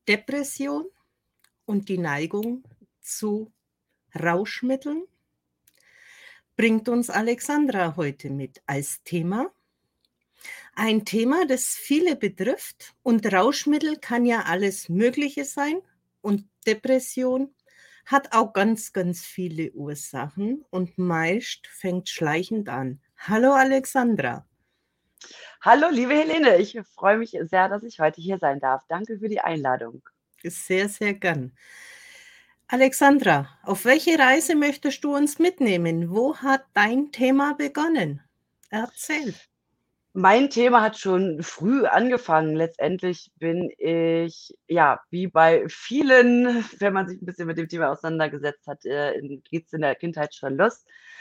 Depression und die Neigung zu Rauschmitteln bringt uns Alexandra heute mit als Thema. Ein Thema, das viele betrifft, und Rauschmittel kann ja alles Mögliche sein, und Depression hat auch ganz, ganz viele Ursachen und meist fängt schleichend an. Hallo Alexandra. Hallo, liebe Helene, ich freue mich sehr, dass ich heute hier sein darf. Danke für die Einladung. Sehr, sehr gern. Alexandra, auf welche Reise möchtest du uns mitnehmen? Wo hat dein Thema begonnen? Erzähl. Mein Thema hat schon früh angefangen. Letztendlich bin ich, ja, wie bei vielen, wenn man sich ein bisschen mit dem Thema auseinandergesetzt hat, geht es in der Kindheit schon los.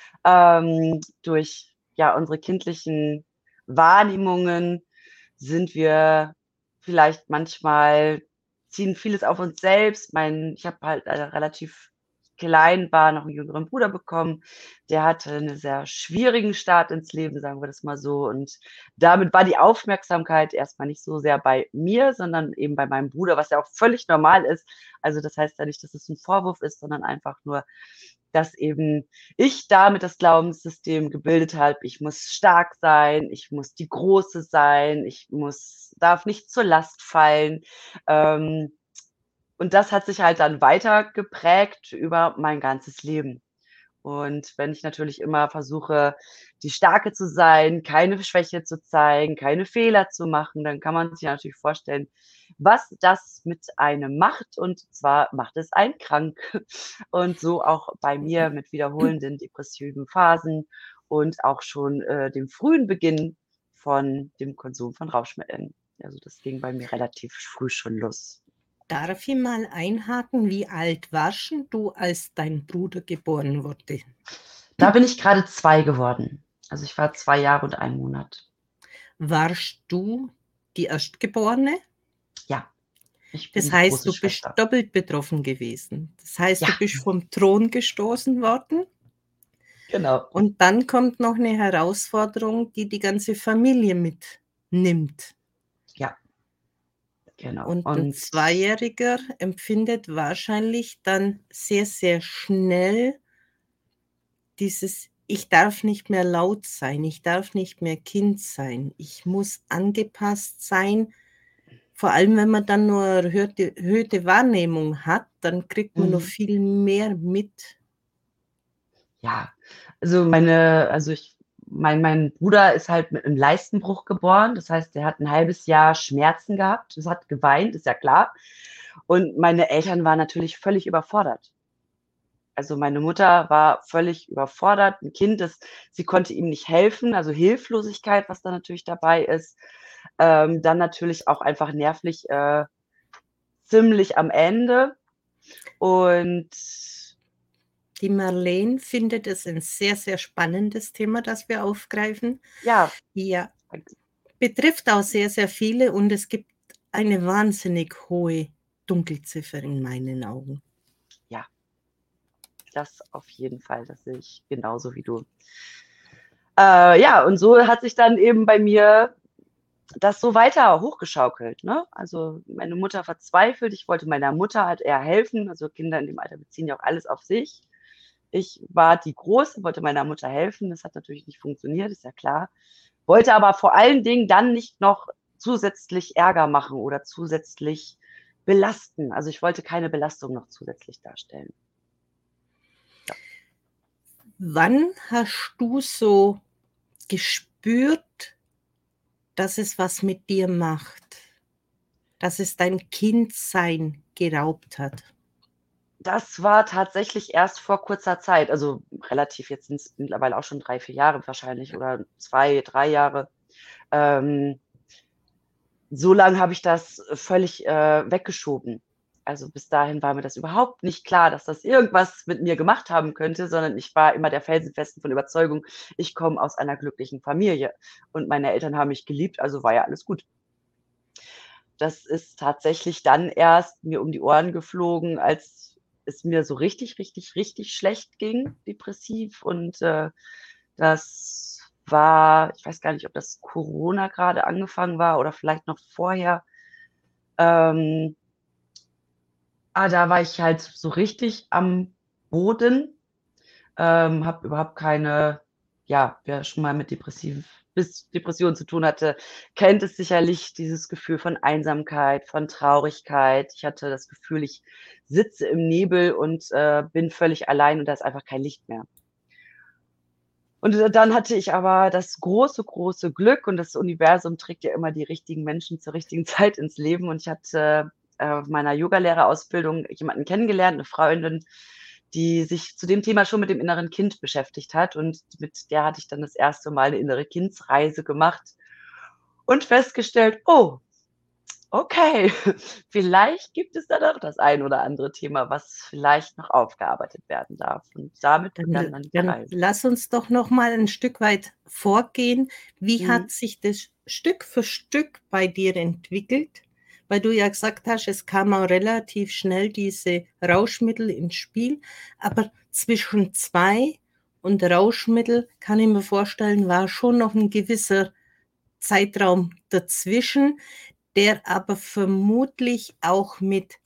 Durch ja, unsere kindlichen Wahrnehmungen sind wir vielleicht manchmal, ziehen vieles auf uns selbst. Ich habe halt relativ klein war, noch einen jüngeren Bruder bekommen. Der hatte einen sehr schwierigen Start ins Leben, sagen wir das mal so. Und damit war die Aufmerksamkeit erstmal nicht so sehr bei mir, sondern eben bei meinem Bruder, was ja auch völlig normal ist. Also das heißt ja nicht, dass es ein Vorwurf ist, sondern einfach nur, dass eben ich damit das Glaubenssystem gebildet habe, ich muss stark sein, ich muss die Große sein, darf nicht zur Last fallen. Und das hat sich halt dann weiter geprägt über mein ganzes Leben. Und wenn ich natürlich immer versuche, die Starke zu sein, keine Schwäche zu zeigen, keine Fehler zu machen, dann kann man sich natürlich vorstellen, was das mit einem macht. Und zwar macht es einen krank. Und so auch bei mir mit wiederholenden depressiven Phasen und auch schon dem frühen Beginn von dem Konsum von Rauschmitteln. Also das ging bei mir relativ früh schon los. Darf ich mal einhaken, wie alt warst du, als dein Bruder geboren wurde? Da bin ich gerade 2 geworden. Also ich war 2 Jahre und 1 Monat. Warst du die Erstgeborene? Ja, ich bin Das die heißt, große du bist Schwester. doppelt betroffen gewesen. Das heißt, Ja, du bist vom Thron gestoßen worden, genau. und dann kommt noch eine Herausforderung, die die ganze Familie mitnimmt. Ja, genau. Und ein Und Zweijähriger empfindet wahrscheinlich dann sehr, sehr schnell dieses: Ich darf nicht mehr laut sein, ich darf nicht mehr Kind sein, ich muss angepasst sein. Vor allem, wenn man dann nur erhöhte Wahrnehmung hat, dann kriegt man noch mhm, viel mehr mit. ja, mein Bruder ist halt mit einem Leistenbruch geboren. Das heißt, der hat ein halbes Jahr Schmerzen gehabt. Es hat geweint, ist ja klar. Und meine Eltern waren natürlich völlig überfordert. Also meine Mutter war völlig überfordert. Ein Kind, sie konnte ihm nicht helfen, also Hilflosigkeit, was da natürlich dabei ist. Dann natürlich auch einfach nervlich ziemlich am Ende. Und Die Marleen findet es ein sehr, sehr spannendes Thema, das wir aufgreifen. ja, Ja, betrifft auch sehr, sehr viele, und es gibt eine wahnsinnig hohe Dunkelziffer in meinen Augen. ja, das auf jeden Fall, das sehe ich genauso wie du. Ja, und so hat sich dann eben bei mir das so weiter hochgeschaukelt. Ne? Also meine Mutter verzweifelt, ich wollte meiner Mutter halt eher helfen. Also Kinder in dem Alter beziehen ja auch alles auf sich. Ich war die Große, wollte meiner Mutter helfen. Das hat natürlich nicht funktioniert, ist ja klar. Wollte aber vor allen Dingen dann nicht noch zusätzlich Ärger machen oder zusätzlich belasten. Also ich wollte keine Belastung noch zusätzlich darstellen. Ja. Wann hast du so gespürt, dass es was mit dir macht, dass es dein Kindsein geraubt hat? Das war tatsächlich erst vor kurzer Zeit, also relativ, jetzt sind es mittlerweile auch schon 3, 4 Jahre wahrscheinlich oder 2, 3 Jahre. Ähm, so lange habe ich das völlig weggeschoben. Also bis dahin war mir das überhaupt nicht klar, dass das irgendwas mit mir gemacht haben könnte, sondern ich war immer der felsenfesten von Überzeugung, ich komme aus einer glücklichen Familie und meine Eltern haben mich geliebt, also war ja alles gut. Das ist tatsächlich dann erst mir um die Ohren geflogen, als es mir so richtig, richtig, richtig schlecht ging, depressiv. Und das war, ich weiß gar nicht, ob das Corona gerade angefangen war oder vielleicht noch vorher. Ähm, Da war ich halt so richtig am Boden, habe überhaupt keine, ja, wer schon mal mit Depressionen zu tun hatte, kennt es sicherlich, dieses Gefühl von Einsamkeit, von Traurigkeit. Ich hatte das Gefühl, ich sitze im Nebel und bin völlig allein und da ist einfach kein Licht mehr. Und dann hatte ich aber das große, große Glück, und das Universum trägt ja immer die richtigen Menschen zur richtigen Zeit ins Leben. Und ich hatte auf meiner Yogalehrerausbildung jemanden kennengelernt, eine Freundin, die sich zu dem Thema schon mit dem inneren Kind beschäftigt hat. Und mit der hatte ich dann das erste Mal eine innere Kindsreise gemacht und festgestellt, oh, okay, vielleicht gibt es da doch das ein oder andere Thema, was vielleicht noch aufgearbeitet werden darf. Und damit begann dann diese Dann Reise. lass uns doch noch mal ein Stück weit vorgehen. Wie Mhm. hat sich das Stück für Stück bei dir entwickelt? Weil du ja gesagt hast, es kam auch relativ schnell diese Rauschmittel ins Spiel. Aber zwischen 2 und Rauschmittel, kann ich mir vorstellen, war schon noch ein gewisser Zeitraum dazwischen, der aber vermutlich auch mit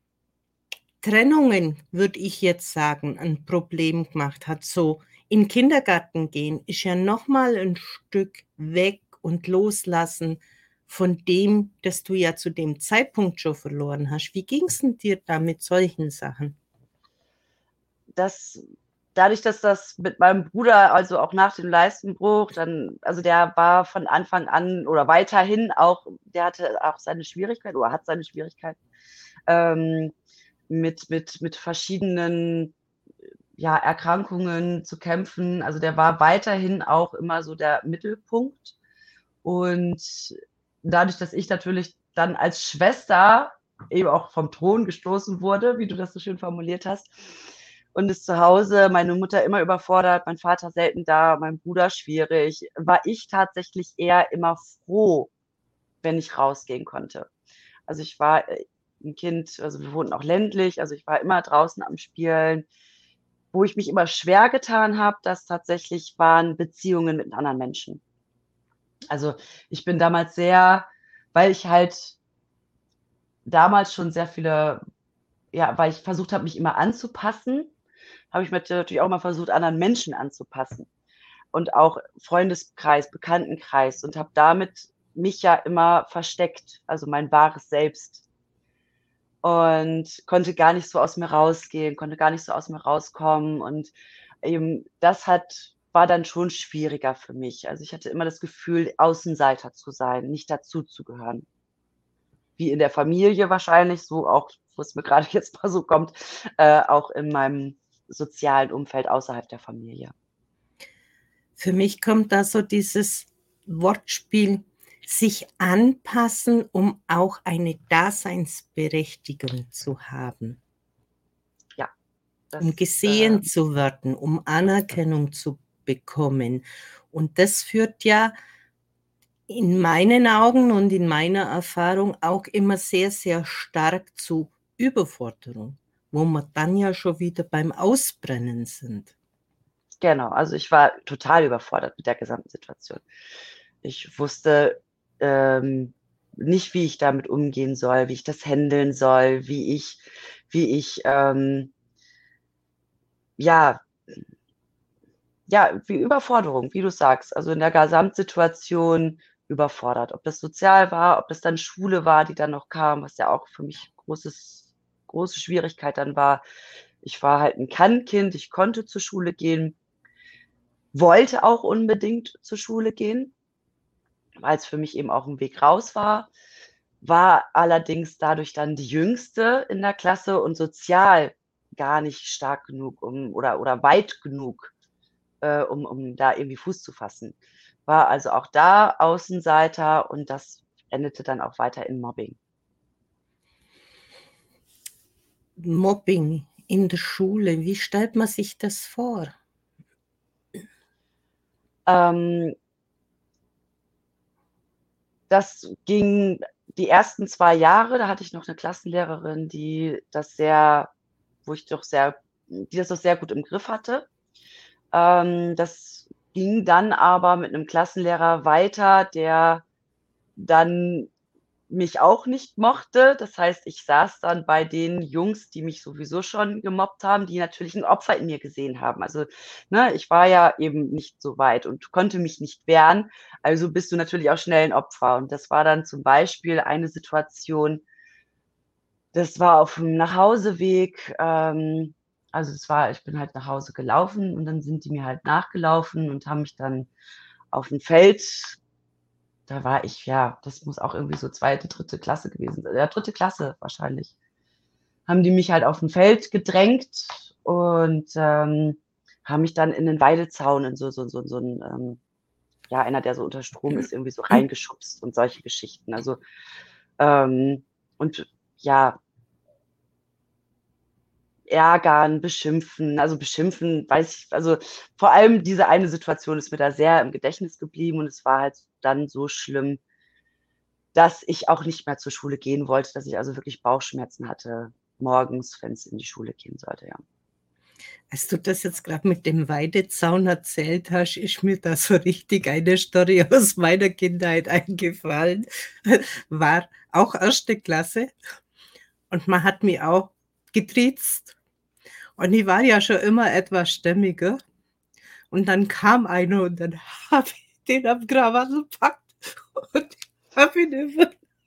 Trennungen, würde ich jetzt sagen, ein Problem gemacht hat. So in den Kindergarten gehen ist ja noch mal ein Stück weg und loslassen von dem, das du ja zu dem Zeitpunkt schon verloren hast. Wie ging's denn dir da mit solchen Sachen? Das Dadurch, dass das mit meinem Bruder, also auch nach dem Leistenbruch, dann, also der war von Anfang an oder weiterhin auch, der hatte auch seine Schwierigkeiten oder hat seine Schwierigkeiten ähm, mit verschiedenen, ja, Erkrankungen zu kämpfen. Also der war weiterhin auch immer so der Mittelpunkt. Und dadurch, dass ich natürlich dann als Schwester eben auch vom Thron gestoßen wurde, wie du das so schön formuliert hast, und es zu Hause meine Mutter immer überfordert, mein Vater selten da, mein Bruder schwierig, war ich tatsächlich eher immer froh, wenn ich rausgehen konnte. Also ich war 'n Kind, also wir wohnten auch ländlich, also ich war immer draußen am Spielen. Wo ich mich immer schwer getan habe, das tatsächlich waren Beziehungen mit anderen Menschen. Also, ich bin damals sehr, weil ich halt damals schon sehr viele, ja, weil ich versucht habe, mich immer anzupassen, habe ich mir natürlich auch immer versucht, anderen Menschen anzupassen und auch Freundeskreis, Bekanntenkreis, und habe damit mich ja immer versteckt, also mein wahres Selbst, und konnte gar nicht so aus mir rausgehen, konnte gar nicht so aus mir rauskommen, und eben das war dann schon schwieriger für mich. Also, ich hatte immer das Gefühl, Außenseiter zu sein, nicht dazuzugehören. Wie in der Familie wahrscheinlich, so auch, wo es mir grade jetzt mal so kommt, auch in meinem sozialen Umfeld außerhalb der Familie. Für mich kommt da so dieses Wortspiel sich anpassen, um auch eine Daseinsberechtigung zu haben, Ja, um das, gesehen zu werden, um Anerkennung zu bekommen. Und das führt ja in meinen Augen und in meiner Erfahrung auch immer sehr, sehr stark zu Überforderung, wo wir dann ja schon wieder beim Ausbrennen sind. genau, also ich war total überfordert mit der gesamten Situation. Ich wusste, ähm, nicht, wie ich damit umgehen soll, wie ich das händeln soll, wie ich, ja, ja, wie Überforderung, wie du sagst. Also in der Gesamtsituation überfordert. Ob das sozial war, ob das dann Schule war, die dann noch kam, was ja auch für mich große Schwierigkeit dann war. Ich war halt 'n Kann-Kind, ich konnte zur Schule gehen, wollte auch unbedingt zur Schule gehen, weil's für mich eben auch 'n Weg raus war allerdings dadurch dann die Jüngste in der Klasse und sozial gar nicht stark genug, oder weit genug, um da irgendwie Fuß zu fassen. War also auch da Außenseiter, und das endete dann auch weiter in Mobbing. Mobbing in der Schule, wie stellt man sich das vor? Ähm, Das ging die ersten 2 Jahre, da hatte ich noch 'ne Klassenlehrerin, die das doch sehr gut im Griff hatte. Das ging dann aber mit 'nem Klassenlehrer weiter, der dann mich auch nicht mochte. Das heißt, ich saß dann bei den Jungs, die mich sowieso schon gemobbt haben, die natürlich ein Opfer in mir gesehen haben. Also, ne, ich war ja eben nicht so weit und konnte mich nicht wehren. Also bist du natürlich auch schnell ein Opfer. Und das war dann zum Beispiel eine Situation, das war auf dem Nachhauseweg. Ich bin halt nach Hause gelaufen und dann sind die mir halt nachgelaufen und haben mich dann auf dem Feld, da war ich, ja, das muss auch irgendwie so 2., 3. Klasse gewesen sein. Ja, 3. Klasse wahrscheinlich. Haben die mich halt auf dem Feld gedrängt und haben mich dann in den Weidezaun, in so ein, ja, einer, der so unter Strom ist, irgendwie so reingeschubst und solche Geschichten. Also, und ja, ärgern, beschimpfen. Also beschimpfen, weiß ich, also vor allem diese eine Situation ist mir da sehr im Gedächtnis geblieben und es war halt dann so schlimm, dass ich auch nicht mehr zur Schule gehen wollte, dass ich also wirklich Bauchschmerzen hatte morgens, wenn es in die Schule gehen sollte, ja. Als du das jetzt gerade mit dem Weidezaun erzählt hast, ist mir da so richtig eine Story aus meiner Kindheit eingefallen. War auch 1. Klasse und man hat mich auch getriezt. Und ich war ja schon immer etwas stämmiger. Und dann kam einer und dann habe ich den am Krawattel gepackt und habe ihn über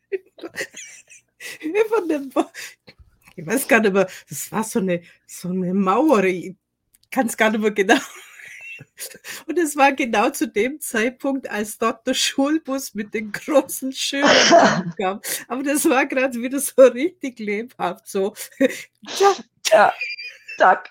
den ich weiß gar nicht mehr, das war so eine Mauer, ich kann es gar nicht mehr genau. Und es war genau zu dem Zeitpunkt, als dort der Schulbus mit den großen Schülern ankam. Aber das war gerade wieder so richtig lebhaft, so. Ja, Tag.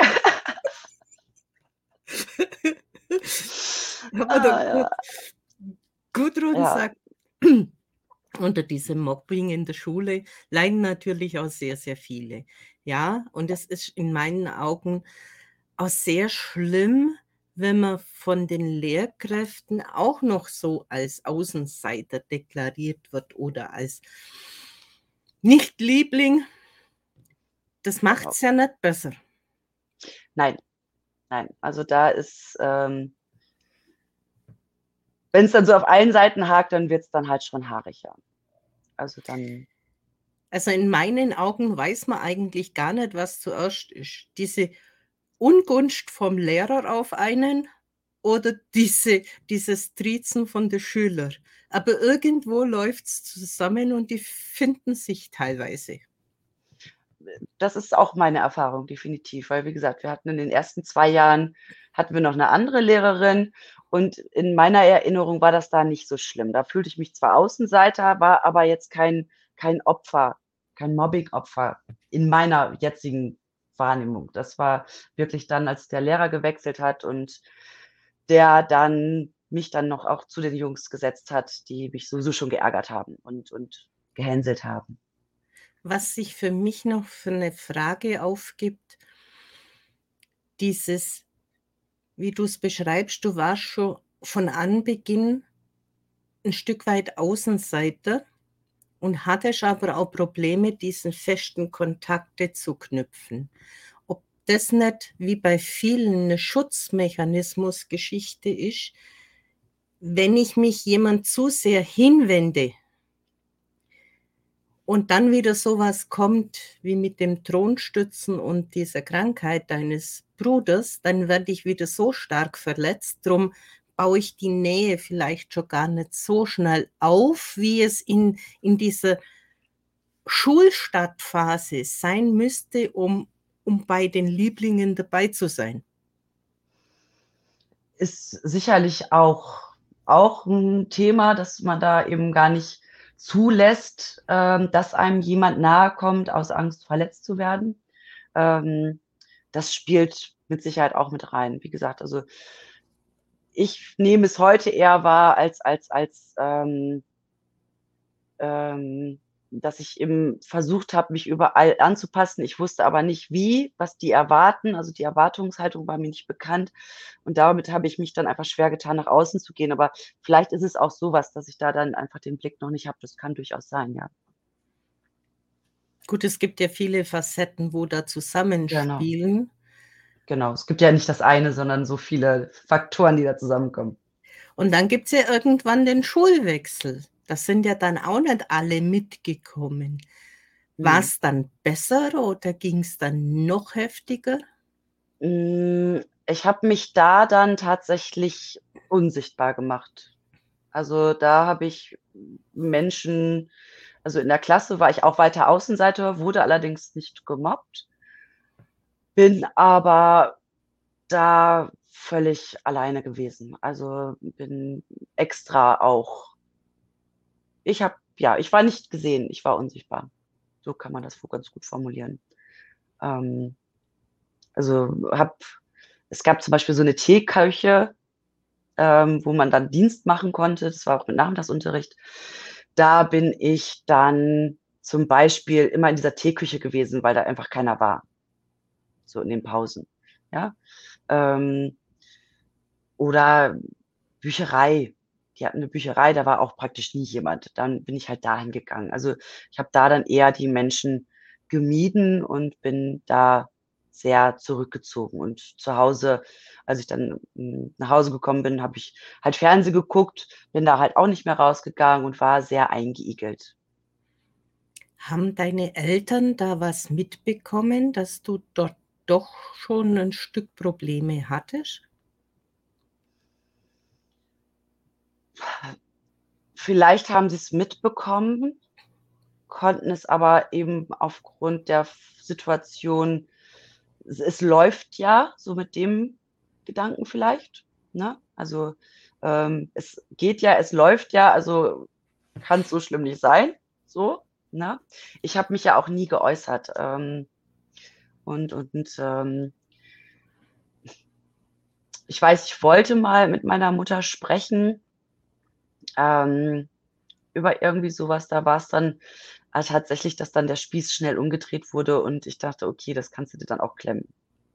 Aber dann Ja. Gudrun Ja. sagt, unter diesem Mobbing in der Schule leiden natürlich auch sehr, sehr viele. Ja, und es ist in meinen Augen auch sehr schlimm, wenn man von den Lehrkräften auch noch so als Außenseiter deklariert wird oder als Nicht-Liebling. Das macht es ja nicht besser. Nein, nein. Also da ist, wenn es dann so auf allen Seiten hakt, dann wird es dann halt schon haarig, ja. Also dann. Also in meinen Augen weiß man eigentlich gar nicht, was zuerst ist. Diese Ungunst vom Lehrer auf einen oder dieses Triezen von den Schülern. Aber irgendwo läuft es zusammen und die finden sich teilweise. Das ist auch meine Erfahrung, definitiv. Weil, wie gesagt, wir hatten in den ersten 2 Jahren hatten wir noch eine andere Lehrerin und in meiner Erinnerung war das da nicht so schlimm. Da fühlte ich mich zwar Außenseiter, war aber jetzt kein Opfer, kein Mobbing-Opfer in meiner jetzigen Wahrnehmung. Das war wirklich dann, als der Lehrer gewechselt hat und der dann mich dann noch auch zu den Jungs gesetzt hat, die mich sowieso schon geärgert haben und gehänselt haben. Was sich für mich noch für eine Frage aufgibt, dieses, wie du es beschreibst, du warst schon von Anbeginn ein Stück weit Außenseiter und hattest aber auch Probleme, diesen festen Kontakte zu knüpfen. Ob das nicht wie bei vielen eine Schutzmechanismusgeschichte ist, wenn ich mich jemand zu sehr hinwende und dann wieder sowas kommt wie mit dem Thronstützen und dieser Krankheit deines Bruders, dann werde ich wieder so stark verletzt. Drum baue ich die Nähe vielleicht schon gar nicht so schnell auf, wie es in dieser Schulstartphase sein müsste, um bei den Lieblingen dabei zu sein. Ist sicherlich auch ein Thema, dass man da eben gar nicht zulässt, dass einem jemand nahe kommt aus Angst, verletzt zu werden. Das spielt mit Sicherheit auch mit rein. Wie gesagt, also ich nehme es heute eher wahr als dass ich eben versucht habe, mich überall anzupassen. Ich wusste aber nicht wie, was die erwarten. Also die Erwartungshaltung war mir nicht bekannt. Und damit habe ich mich dann einfach schwer getan, nach außen zu gehen. Aber vielleicht ist es auch sowas, dass ich da dann einfach den Blick noch nicht habe. Das kann durchaus sein, ja. Gut, es gibt ja viele Facetten, wo da zusammenspielen. Genau. Es gibt ja nicht das eine, sondern so viele Faktoren, die da zusammenkommen. Und dann gibt es ja irgendwann den Schulwechsel. Das sind ja dann auch nicht alle mitgekommen. War Mhm. es dann besser oder ging es dann noch heftiger? Ich habe mich da dann tatsächlich unsichtbar gemacht. Also, da habe ich Menschen also, in der Klasse war ich auch weiter Außenseiter, wurde allerdings nicht gemobbt, bin aber da völlig alleine gewesen. Also, bin extra auch ich war nicht gesehen, ich war unsichtbar. So kann man das wohl ganz gut formulieren. Ähm, also, habe es gab zum Beispiel so 'ne Teeküche, wo man dann Dienst machen konnte. Das war auch mit Nachmittagsunterricht. Da bin ich dann zum Beispiel immer in dieser Teeküche gewesen, weil da einfach keiner war, so in den Pausen, ja? Ähm, oder Bücherei. Die hatten 'ne Bücherei, da war auch praktisch nie jemand. Dann bin ich halt dahin gegangen. Also, ich habe da dann eher die Menschen gemieden und bin da sehr zurückgezogen. Und zu Hause als ich dann, nach Hause gekommen bin, habe ich halt Fernsehen geguckt, bin da halt auch nicht mehr rausgegangen und war sehr eingeigelt. Haben deine Eltern da was mitbekommen, dass du dort doch schon ein Stück Probleme hattest? Vielleicht haben sie's mitbekommen, konnten es aber eben aufgrund der Situation es läuft ja, so mit dem Gedanken vielleicht, ne? Also, es geht ja, es läuft ja, also kann's so schlimm nicht sein, so, ne? Ich habe mich ja auch nie geäußert, und ich weiß, ich wollte mal mit meiner Mutter sprechen, ähm, über irgendwie so was. Da war's dann, tatsächlich, dass dann der Spieß schnell umgedreht wurde und ich dachte: „Okay, das kannst du dir dann auch klemmen.“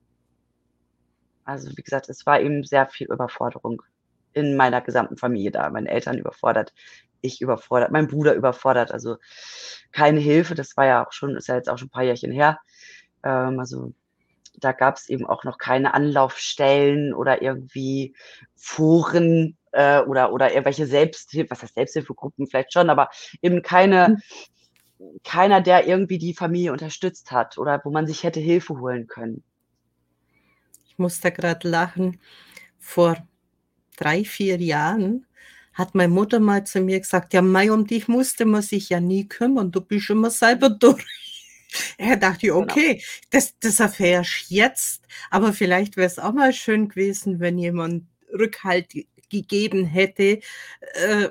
Also, wie gesagt, es war eben sehr viel Überforderung in meiner gesamten Familie da. Meine Eltern überfordert, ich überfordert, mein Bruder überfordert, also keine Hilfe. Das war ja auch schon ist ja jetzt auch schon 'n paar Jährchen her. Also, da gab's eben auch noch keine Anlaufstellen oder irgendwie Foren, oder irgendwelche was heißt Selbsthilfegruppen, vielleicht schon, aber eben keiner, der irgendwie die Familie unterstützt hat oder wo man sich hätte Hilfe holen können. Ich muss da grad lachen. Vor 3, 4 Jahren hat meine Mutter mal zu mir gesagt: „Ja, Mei, um dich musste man sich ja nie kümmern, du bist immer selber durch.“ Ja, dachte ich: Genau. „Okay, das erfährst jetzt, aber vielleicht wär's auch mal schön gewesen, wenn jemand Rückhalt gegeben hätte.“ Äh,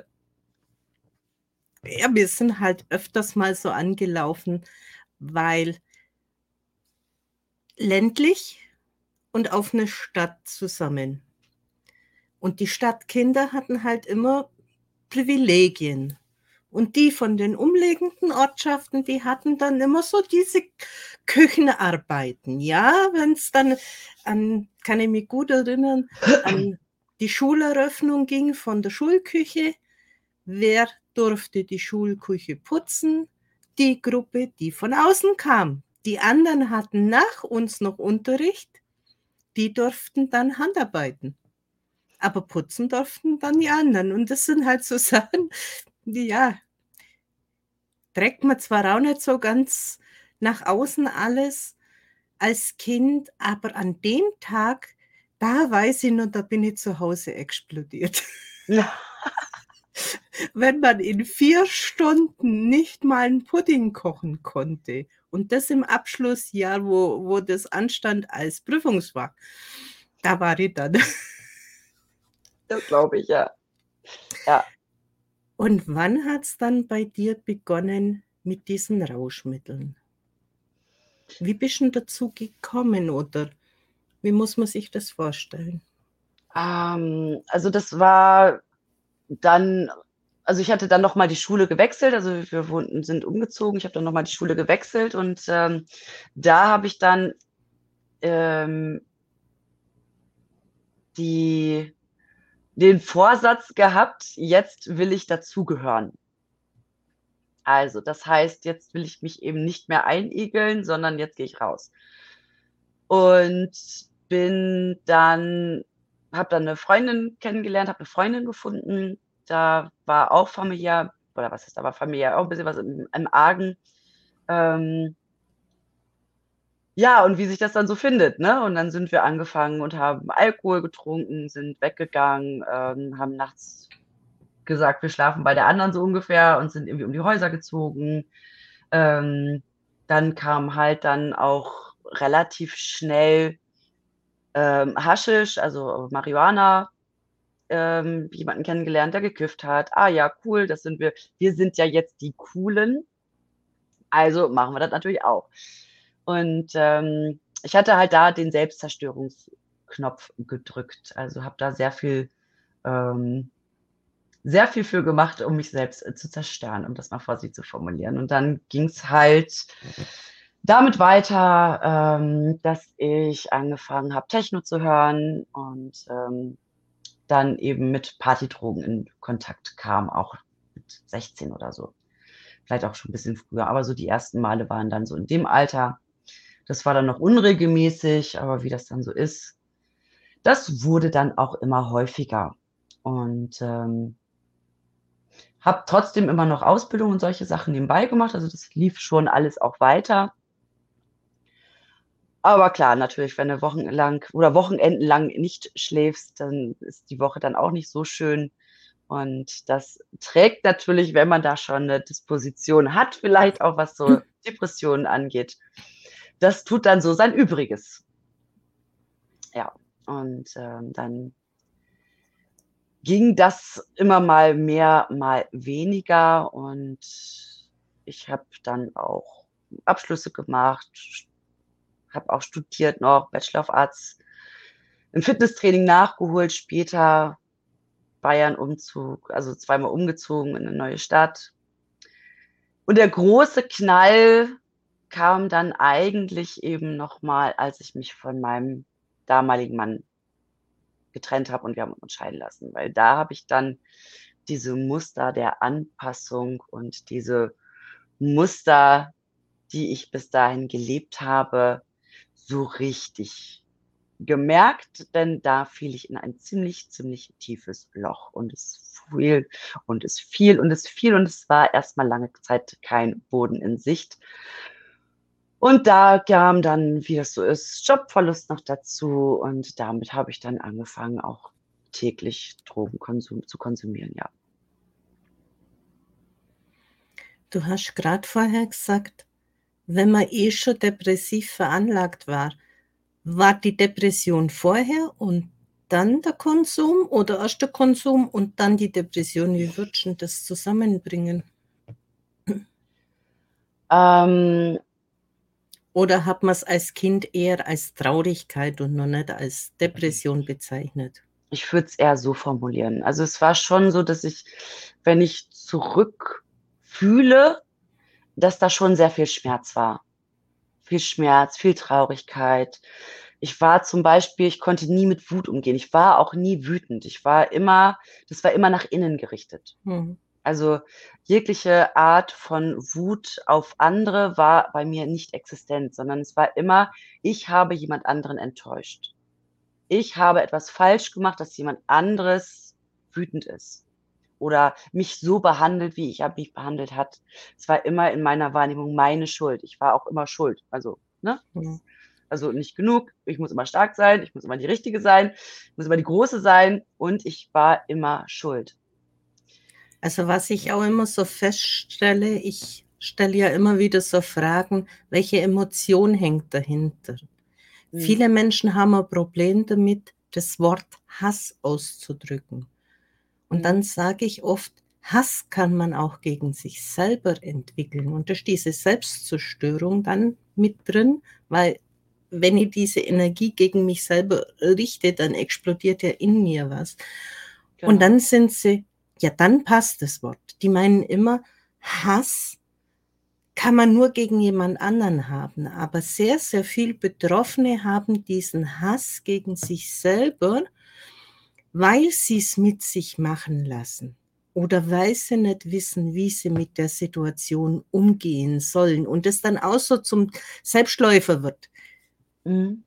ja, wir sind halt öfters mal so angelaufen, weil ländlich und auf 'ne Stadt zusammen. Und die Stadtkinder hatten halt immer Privilegien. Und die von den umliegenden Ortschaften, die hatten dann immer so diese Küchenarbeiten, ja? Wenn's dann kann ich mich gut erinnern, an die Schuleröffnung ging von der Schulküche. Wer durfte die Schulküche putzen? Die Gruppe, die von außen kam. Die anderen hatten nach uns noch Unterricht, die durften dann Handarbeiten. Aber putzen durften dann die anderen. Und das sind halt so Sachen, die ja, trägt man zwar auch nicht so ganz nach außen alles als Kind, aber an dem Tag, da weiß ich noch, da bin ich zu Hause explodiert. Wenn man in 4 Stunden nicht mal 'n Pudding kochen konnte und das im Abschlussjahr, wo das anstand als Prüfungsfach, da war ich dann. Das glaube ich, ja. Ja. Und wann hat's dann bei dir begonnen mit diesen Rauschmitteln? Wie bist 'n dazu gekommen oder wie muss man sich das vorstellen? Also, das war dann ich hatte dann noch mal die Schule gewechselt, also wir sind umgezogen. Ich habe dann noch mal die Schule gewechselt und, da habe ich dann, ähm, die den Vorsatz gehabt: „Jetzt will ich dazugehören.“ Also, das heißt, jetzt will ich mich eben nicht mehr einigeln, sondern jetzt gehe ich raus. Und bin dann habe dann 'ne Freundin kennengelernt, habe 'ne Freundin gefunden. Da war auch familiär oder was ist aber familiär auch ein bisschen was im Argen. Ja, und wie sich das dann so findet, ne? Und dann sind wir angefangen und haben Alkohol getrunken, sind weggegangen, haben nachts gesagt, wir schlafen bei der anderen so ungefähr und sind irgendwie um die Häuser gezogen. Dann kam halt dann auch relativ schnell Haschisch, also Marihuana, jemanden kennengelernt, der gekifft hat. Ah ja, cool, das sind wir. Wir sind ja jetzt die Coolen. Also machen wir das natürlich auch. Und ich hatte halt da den Selbstzerstörungsknopf gedrückt. Also habe da sehr viel für gemacht, um mich selbst zu zerstören, um das mal vorsichtig zu formulieren. Und dann ging es halt damit weiter, dass ich angefangen habe, Techno zu hören und dann eben mit Partydrogen in Kontakt kam, auch mit 16 oder so. Vielleicht auch schon ein bisschen früher, aber so die ersten Male waren dann so in dem Alter. Das war dann noch unregelmäßig, aber wie das dann so ist, das wurde dann auch immer häufiger. Und habe trotzdem immer noch Ausbildung und solche Sachen nebenbei gemacht. Also das lief schon alles auch weiter. Aber klar, natürlich, wenn du wochenlang oder wochenendenlang nicht schläfst, dann ist die Woche dann auch nicht so schön. Und das trägt natürlich, wenn man da schon eine Disposition hat, vielleicht auch was so Depressionen angeht. Das tut dann so sein Übriges. Ja, und dann ging das immer mal mehr, mal weniger. Und ich habe dann auch Abschlüsse gemacht, habe auch studiert noch, Bachelor of Arts im Fitnesstraining nachgeholt, später Bayern-Umzug, also zweimal umgezogen in eine neue Stadt. Und der große Knall kam dann eigentlich eben nochmal, als ich mich von meinem damaligen Mann getrennt habe und wir haben uns scheiden lassen, weil da habe ich dann diese Muster der Anpassung und diese Muster, die ich bis dahin gelebt habe, so richtig gemerkt, denn da fiel ich in ein ziemlich tiefes Loch und es fiel und es fiel und es fiel und es war erstmal lange Zeit kein Boden in Sicht. Und da kam dann, wie das so ist, Jobverlust noch dazu und damit habe ich dann angefangen, auch täglich Drogenkonsum zu konsumieren, ja. Du hast gerade vorher gesagt, wenn man schon depressiv veranlagt war die Depression vorher und dann der Konsum oder erst der Konsum und dann die Depression? Wie würdest du das zusammenbringen? Oder hat man es als Kind eher als Traurigkeit und noch nicht als Depression bezeichnet? Ich würde es eher so formulieren. Also es war schon so, dass ich, wenn ich zurückfühle, dass da schon sehr viel Schmerz war. Viel Schmerz, viel Traurigkeit. Ich war zum Beispiel, ich konnte nie mit Wut umgehen. Ich war auch nie wütend. Das war immer nach innen gerichtet. Mhm. Also jegliche Art von Wut auf andere war bei mir nicht existent, sondern es war immer, ich habe jemand anderen enttäuscht. Ich habe etwas falsch gemacht, dass jemand anderes wütend ist oder mich so behandelt, wie ich mich behandelt hat. Es war immer in meiner Wahrnehmung meine Schuld. Ich war auch immer schuld. Also, ne? Mhm. Also nicht genug. Ich muss immer stark sein. Ich muss immer die Richtige sein. Ich muss immer die Große sein. Und ich war immer schuld. Also was ich auch immer so feststelle, ich stelle ja immer wieder so Fragen, welche Emotion hängt dahinter? Viele Menschen haben ein Problem damit, das Wort Hass auszudrücken. Und dann sage ich oft, Hass kann man auch gegen sich selber entwickeln. Und da ist diese Selbstzerstörung dann mit drin, weil wenn ich diese Energie gegen mich selber richte, dann explodiert ja in mir was. Genau. Und dann sind sie, ja, dann passt das Wort. Die meinen immer, Hass kann man nur gegen jemand anderen haben. Aber sehr, sehr viele Betroffene haben diesen Hass gegen sich selber, weil sie es mit sich machen lassen oder weil sie nicht wissen, wie sie mit der Situation umgehen sollen und es dann auch so zum Selbstläufer wird.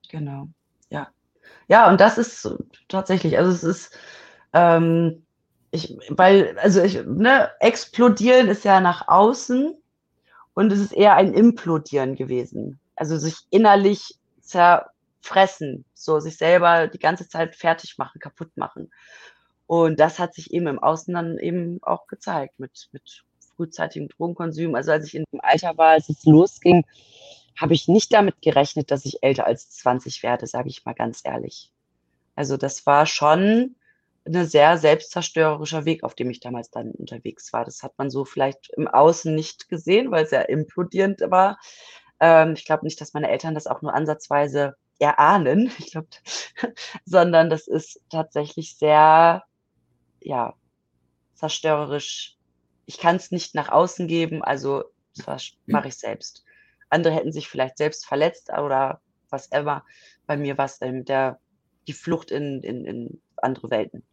Genau, ja. Ja, und das ist tatsächlich, also es ist, Explodieren ist ja nach außen und es ist eher ein Implodieren gewesen. Also sich innerlich zerfressen, so sich selber die ganze Zeit fertig machen, kaputt machen. Und das hat sich eben im Außen dann eben auch gezeigt mit frühzeitigem Drogenkonsum. Also als ich in dem Alter war, als es losging, habe ich nicht damit gerechnet, dass ich älter als 20 werde, sage ich mal ganz ehrlich. Also das war schon ein sehr selbstzerstörerischer Weg, auf dem ich damals dann unterwegs war. Das hat man so vielleicht im Außen nicht gesehen, weil es ja implodierend war. Ich glaube nicht, dass meine Eltern das auch nur ansatzweise erahnen, ich glaube, sondern das ist tatsächlich sehr, ja, zerstörerisch. Ich kann es nicht nach außen geben, also das mache ich selbst. Andere hätten sich vielleicht selbst verletzt oder was immer. Bei mir war es die Flucht in andere Welten.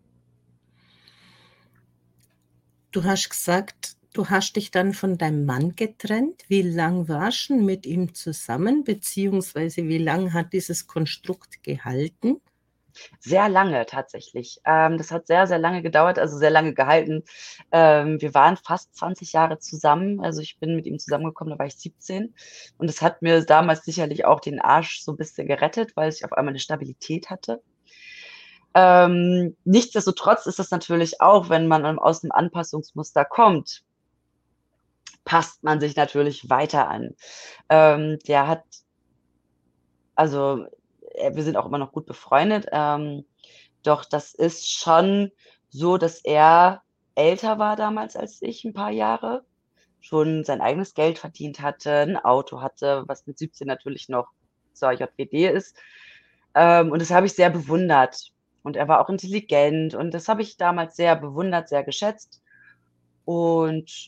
Du hast gesagt, du hast dich dann von deinem Mann getrennt. Wie lang warst du mit ihm zusammen, beziehungsweise wie lang hat dieses Konstrukt gehalten? Sehr lange tatsächlich. Das hat sehr, sehr lange gedauert, also sehr lange gehalten. Wir waren fast 20 Jahre zusammen. Also ich bin mit ihm zusammengekommen, da war ich 17. Und das hat mir damals sicherlich auch den Arsch so ein bisschen gerettet, weil ich auf einmal eine Stabilität hatte. Nichtsdestotrotz ist das natürlich auch, wenn man aus dem Anpassungsmuster kommt, passt man sich natürlich weiter an. Der hat, also wir sind auch immer noch gut befreundet, doch das ist schon so, dass er älter war damals als ich, ein paar Jahre, schon sein eigenes Geld verdient hatte, ein Auto hatte, was mit 17 natürlich noch zur JWD ist. Und das habe ich sehr bewundert. Und er war auch intelligent und das habe ich damals sehr bewundert, sehr geschätzt. Und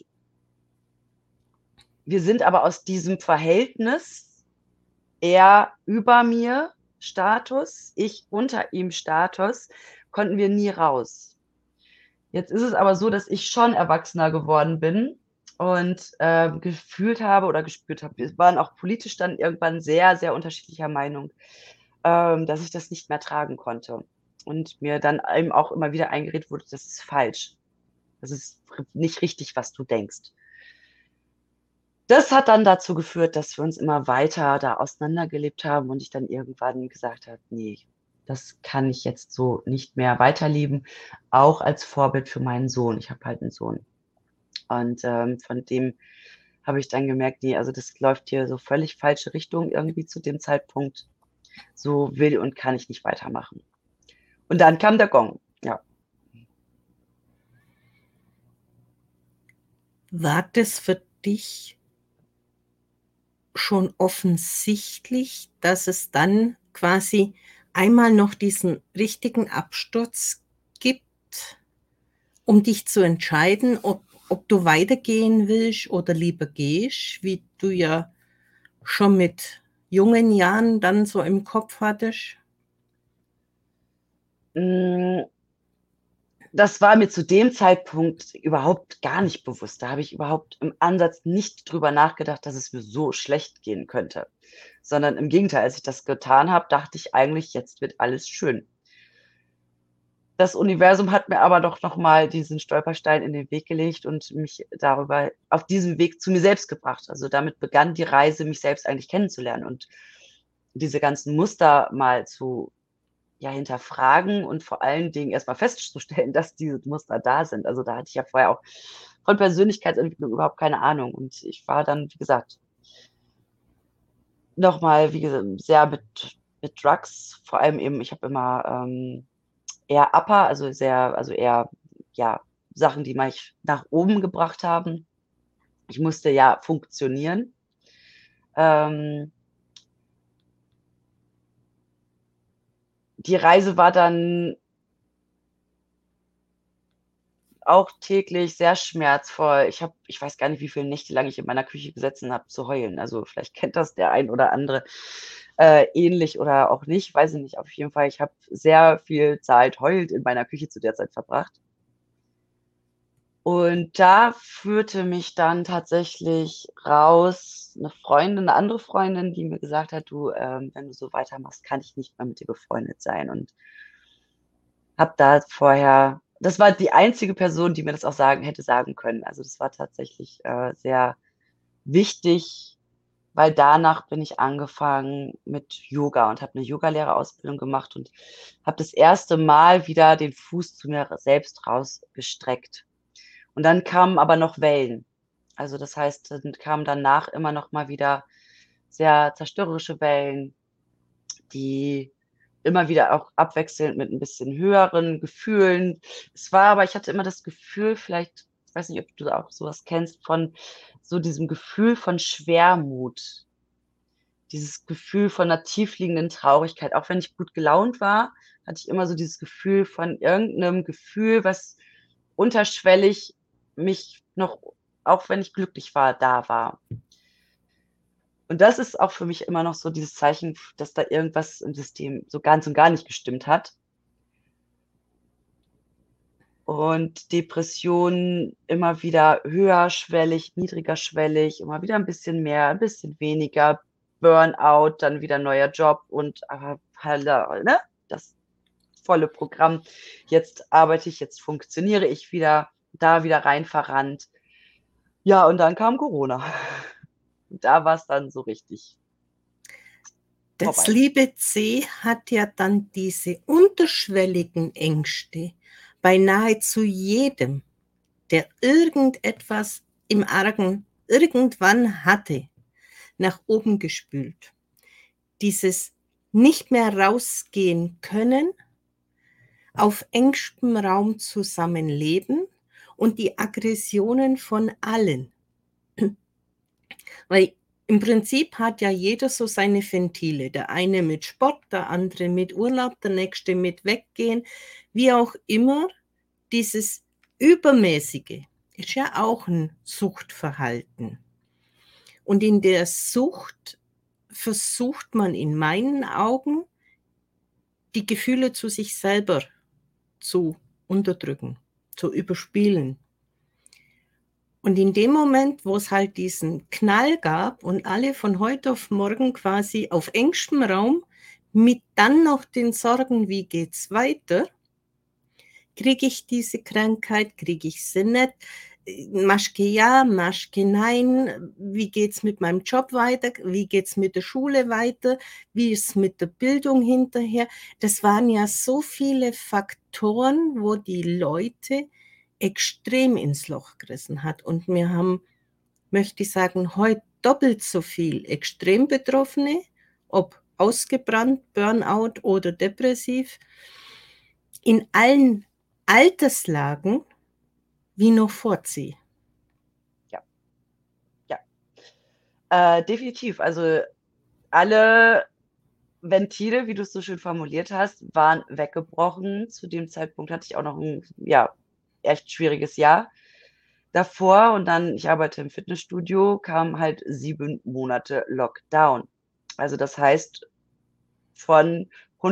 wir sind aber aus diesem Verhältnis, er über mir Status, ich unter ihm Status, konnten wir nie raus. Jetzt ist es aber so, dass ich schon erwachsener geworden bin und gefühlt habe oder gespürt habe, wir waren auch politisch dann irgendwann sehr, sehr unterschiedlicher Meinung, dass ich das nicht mehr tragen konnte. Und mir dann eben auch immer wieder eingeredet wurde, das ist falsch. Das ist nicht richtig, was du denkst. Das hat dann dazu geführt, dass wir uns immer weiter da auseinandergelebt haben und ich dann irgendwann gesagt habe, nee, das kann ich jetzt so nicht mehr weiterleben, auch als Vorbild für meinen Sohn. Ich habe halt einen Sohn. Und von dem habe ich dann gemerkt, nee, also das läuft hier so völlig falsche Richtung irgendwie zu dem Zeitpunkt. So will und kann ich nicht weitermachen. Und dann kam der Gong, ja. War das für dich schon offensichtlich, dass es dann quasi einmal noch diesen richtigen Absturz gibt, um dich zu entscheiden, ob du weitergehen willst oder lieber gehst, wie du ja schon mit jungen Jahren dann so im Kopf hattest? Das war mir zu dem Zeitpunkt überhaupt gar nicht bewusst. Da habe ich überhaupt im Ansatz nicht drüber nachgedacht, dass es mir so schlecht gehen könnte. Sondern im Gegenteil, als ich das getan habe, dachte ich eigentlich, jetzt wird alles schön. Das Universum hat mir aber doch nochmal diesen Stolperstein in den Weg gelegt und mich darüber auf diesem Weg zu mir selbst gebracht. Also damit begann die Reise, mich selbst eigentlich kennenzulernen und diese ganzen Muster mal zu hinterfragen und vor allen Dingen erstmal festzustellen, dass diese Muster da sind. Also da hatte ich ja vorher auch von Persönlichkeitsentwicklung überhaupt keine Ahnung. Und ich war dann, wie gesagt, nochmal, wie gesagt, sehr mit Drugs, vor allem eben, ich habe immer eher Upper, also eher, ja, Sachen, die mich nach oben gebracht haben. Ich musste ja funktionieren. Die Reise war dann auch täglich sehr schmerzvoll. Ich weiß gar nicht, wie viele Nächte lang ich in meiner Küche gesessen habe zu heulen. Also vielleicht kennt das der ein oder andere ähnlich oder auch nicht, weiß ich nicht. Auf jeden Fall, ich habe sehr viel Zeit heulend in meiner Küche zu der Zeit verbracht. Und da führte mich dann tatsächlich raus eine andere Freundin, die mir gesagt hat, du, wenn du so weitermachst, kann ich nicht mehr mit dir befreundet sein. Und habe da vorher das war die einzige Person, die mir das auch hätte sagen können. Also das war tatsächlich sehr wichtig, weil danach bin ich angefangen mit Yoga und habe eine Yogalehrerausbildung gemacht und habe das erste Mal wieder den Fuß zu mir selbst rausgestreckt. Und dann kamen aber noch Wellen. Also das heißt, dann kamen danach immer noch mal wieder sehr zerstörerische Wellen, die immer wieder auch abwechselnd mit ein bisschen höheren Gefühlen. Ich hatte immer das Gefühl, vielleicht, ich weiß nicht, ob du auch sowas kennst, von so diesem Gefühl von Schwermut, dieses Gefühl von einer tiefliegenden Traurigkeit. Auch wenn ich gut gelaunt war, hatte ich immer so dieses Gefühl von irgendeinem Gefühl, was unterschwellig mich noch, auch wenn ich glücklich war, da war. Und das ist auch für mich immer noch so dieses Zeichen, dass da irgendwas im System so ganz und gar nicht gestimmt hat. Und Depressionen immer wieder höherschwellig, niedrigerschwellig, immer wieder ein bisschen mehr, ein bisschen weniger, Burnout, dann wieder neuer Job und ne, das volle Programm. Jetzt arbeite ich, jetzt funktioniere ich wieder, da wieder rein verrannt. Ja, und dann kam Corona. Da war es dann so richtig Das vorbei. liebe C hat ja dann diese unterschwelligen Ängste bei nahezu jedem, der irgendetwas im Argen irgendwann hatte, nach oben gespült. Dieses nicht mehr rausgehen können, auf engstem Raum zusammenleben und die Aggressionen von allen. Weil im Prinzip hat ja jeder so seine Ventile. Der eine mit Sport, der andere mit Urlaub, der nächste mit Weggehen. Wie auch immer, dieses Übermäßige ist ja auch ein Suchtverhalten. Und in der Sucht versucht man in meinen Augen, die Gefühle zu sich selber zu unterdrücken, zu überspielen. Und in dem Moment, wo es halt diesen Knall gab und alle von heute auf morgen quasi auf engstem Raum mit dann noch den Sorgen, wie geht's weiter, kriege ich diese Krankheit, kriege ich sie nicht, Maschke ja, Maschke nein, wie geht's mit meinem Job weiter, wie geht's mit der Schule weiter, wie ist mit der Bildung hinterher. Das waren ja so viele Faktoren, wo die Leute extrem ins Loch gerissen hat. Und wir haben, möchte ich sagen, heute doppelt so viel extrem Betroffene, ob ausgebrannt, Burnout oder depressiv, in allen Alterslagen wie noch vor C. Ja, ja. Definitiv. Also alle Ventile, wie du es so schön formuliert hast, waren weggebrochen. Zu dem Zeitpunkt hatte ich auch noch ein, ja, echt schwieriges Jahr davor. Und dann, ich arbeite im Fitnessstudio, kam halt 7 Monate Lockdown. Also das heißt, von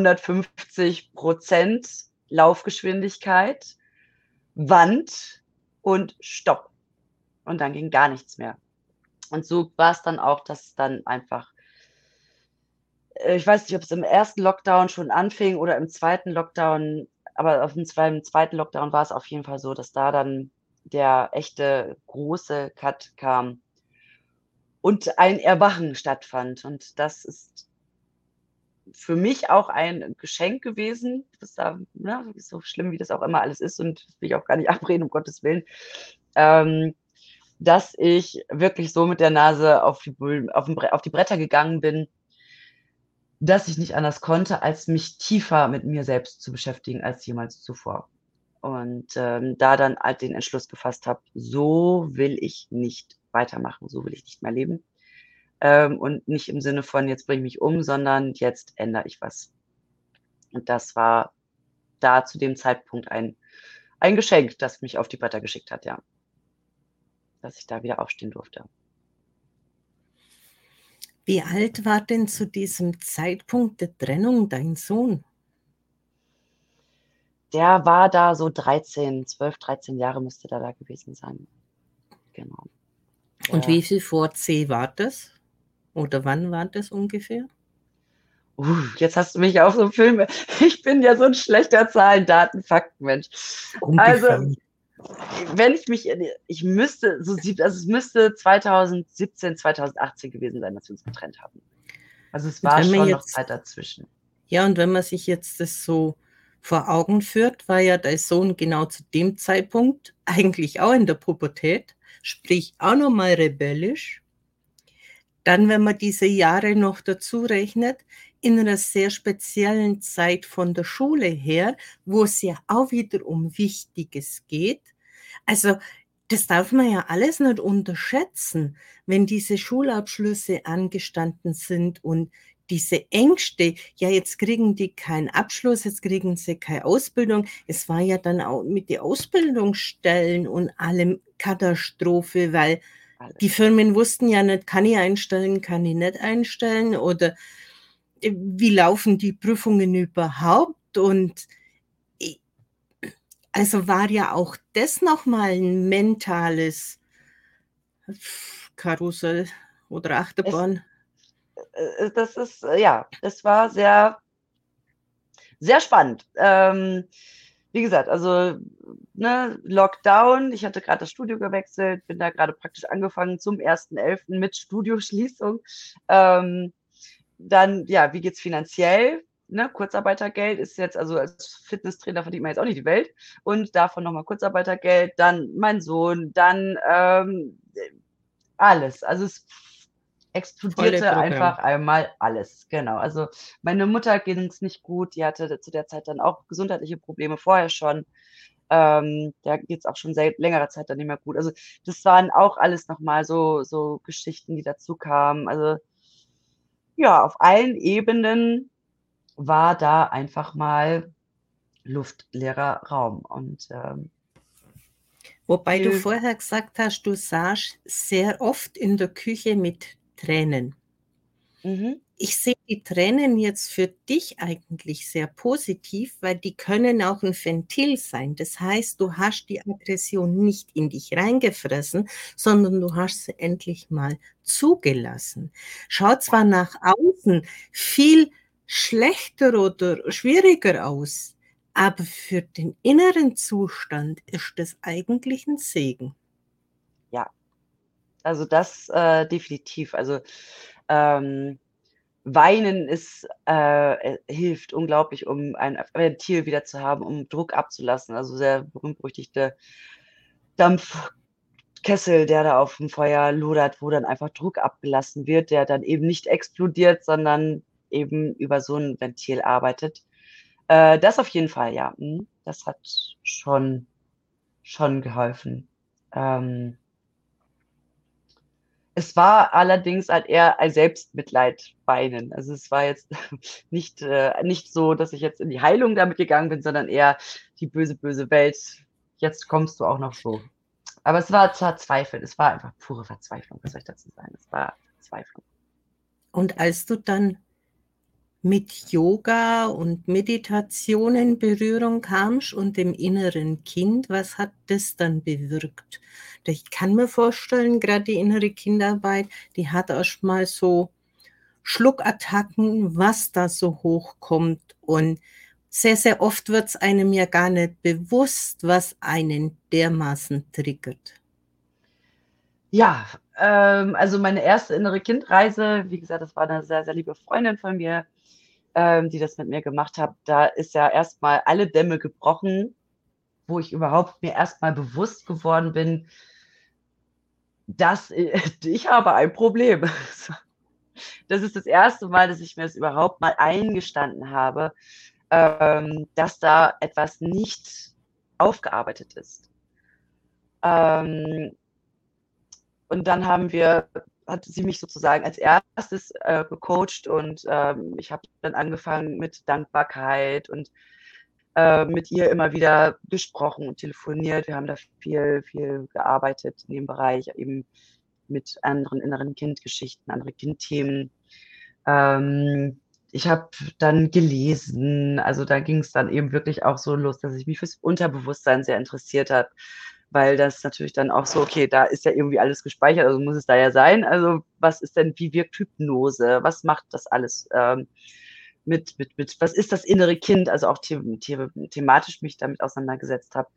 150% Laufgeschwindigkeit, Wand und Stopp. Und dann ging gar nichts mehr. Und so war es dann auch, dass dann einfach, ich weiß nicht, ob es im ersten Lockdown schon anfing oder im zweiten Lockdown, aber im zweiten Lockdown war es auf jeden Fall so, dass da dann der echte große Cut kam und ein Erwachen stattfand. Und das ist für mich auch ein Geschenk gewesen, das da, ne, so schlimm wie das auch immer alles ist und das will ich auch gar nicht abreden, um Gottes Willen, dass ich wirklich so mit der Nase auf die Bretter gegangen bin, dass ich nicht anders konnte, als mich tiefer mit mir selbst zu beschäftigen als jemals zuvor. Und da dann halt den Entschluss gefasst habe, so will ich nicht weitermachen, so will ich nicht mehr leben. Und nicht im Sinne von, jetzt bringe ich mich um, sondern jetzt ändere ich was. Und das war da zu dem Zeitpunkt ein Geschenk, das mich auf die Bretter geschickt hat, ja. Dass ich da wieder aufstehen durfte. Wie alt war denn zu diesem Zeitpunkt der Trennung dein Sohn? Der war da so 12, 13 Jahre müsste da gewesen sein. Genau. Und wie viel vor C war das? Oder wann war das ungefähr? Jetzt hast du mich auf so einen Film. Ich bin ja so ein schlechter Zahlen, Daten, Fakten-Mensch. Also, Ungefähr. wenn ich müsste, also es müsste 2017, 2018 gewesen sein, dass wir uns getrennt haben. Also es Und war wenn man schon noch jetzt, Zeit dazwischen. ja, und wenn man sich jetzt das so vor Augen führt, war ja dein Sohn genau zu dem Zeitpunkt eigentlich auch in der Pubertät, sprich auch nochmal rebellisch. Dann, wenn man diese Jahre noch dazu rechnet, in einer sehr speziellen Zeit von der Schule her, wo es ja auch wieder um Wichtiges geht. Also das darf man ja alles nicht unterschätzen, wenn diese Schulabschlüsse angestanden sind und diese Ängste, ja, jetzt kriegen die keinen Abschluss, jetzt kriegen sie keine Ausbildung. Es war ja dann auch mit den Ausbildungsstellen und allem Katastrophe, weil die Alles. Firmen wussten ja nicht, kann ich einstellen, kann ich nicht einstellen oder wie laufen die Prüfungen überhaupt und also war ja auch das nochmal ein mentales Karussell oder Es, Achterbahn. Das ist, ja, es war sehr, sehr spannend. Wie gesagt, also ne, Lockdown, ich hatte gerade das Studio gewechselt, bin da gerade praktisch angefangen zum 1.11. mit Studioschließung. Dann, ja, wie geht's finanziell? Ne, Kurzarbeitergeld ist jetzt, also als Fitnesstrainer verdient man jetzt auch nicht die Welt. Und davon nochmal Kurzarbeitergeld, dann mein Sohn, dann alles. Also es Volle explodierte Programm. einfach einmal alles. Genau. Also meine Mutter ging es nicht gut, die hatte zu der Zeit dann auch gesundheitliche Probleme vorher schon. Da geht es auch schon seit längerer Zeit dann nicht mehr gut. Also das waren auch alles nochmal so Geschichten, die dazu kamen. Also ja, auf allen Ebenen war da einfach mal luftleerer Raum und Wobei du viel, vorher gesagt hast, du saßt sehr oft in der Küche mit Tränen. mhm, Ich sehe die Tränen jetzt für dich eigentlich sehr positiv, weil die können auch ein Ventil sein. Das heißt, du hast die Aggression nicht in dich reingefressen, sondern du hast sie endlich mal zugelassen. Schaut ja, zwar nach außen viel schlechter oder schwieriger aus, aber für den inneren Zustand ist das eigentlich ein Segen. ja, also das definitiv. Also ähm, Weinen hilft unglaublich, um ein Ventil wieder zu haben, um Druck abzulassen. Also sehr berühmt-berüchtigte Dampfkessel, der da auf dem Feuer lodert, wo dann einfach Druck abgelassen wird, der dann eben nicht explodiert, sondern eben über so ein Ventil arbeitet. Das auf jeden Fall, ja. Das hat schon geholfen. Ähm, Es war allerdings halt eher ein Selbstmitleid weinen. Also es war jetzt nicht so, dass ich jetzt in die Heilung damit gegangen bin, sondern eher die böse, böse Welt. Jetzt kommst du auch noch so. Aber es war verzweifelt. Es war einfach pure Verzweiflung. Was soll ich dazu sagen? Es war Verzweiflung. Und als du dann mit Yoga und Meditation in Berührung kamst und dem inneren Kind, was hat das dann bewirkt? Ich kann mir vorstellen, gerade die innere Kindarbeit, die hat erst mal so Schluckattacken, was da so hochkommt. Und sehr, sehr oft wird es einem ja gar nicht bewusst, was einen dermaßen triggert. Ja, also meine erste innere Kindreise, wie gesagt, das war eine sehr, sehr liebe Freundin von mir, die das mit mir gemacht hat. Da ist ja erstmal alle Dämme gebrochen, wo ich überhaupt mir erstmal bewusst geworden bin, dass ich habe ein Problem. Das ist das erste Mal, dass ich mir das überhaupt mal eingestanden habe, dass da etwas nicht aufgearbeitet ist. Ähm, und dann hat sie mich sozusagen als erstes gecoacht und ich habe dann angefangen mit Dankbarkeit und mit ihr immer wieder gesprochen und telefoniert. Wir haben da viel, viel gearbeitet in dem Bereich, eben mit anderen inneren Kindgeschichten, andere Kindthemen. Ähm, Ich habe dann gelesen, also da ging es dann eben wirklich auch so los, dass ich mich fürs Unterbewusstsein sehr interessiert habe, weil das natürlich dann auch so, okay, da ist ja irgendwie alles gespeichert, also muss es da ja sein. Also was ist denn, wie wirkt Hypnose? Was macht das alles? was ist das innere Kind, also auch thematisch mich damit auseinandergesetzt habe.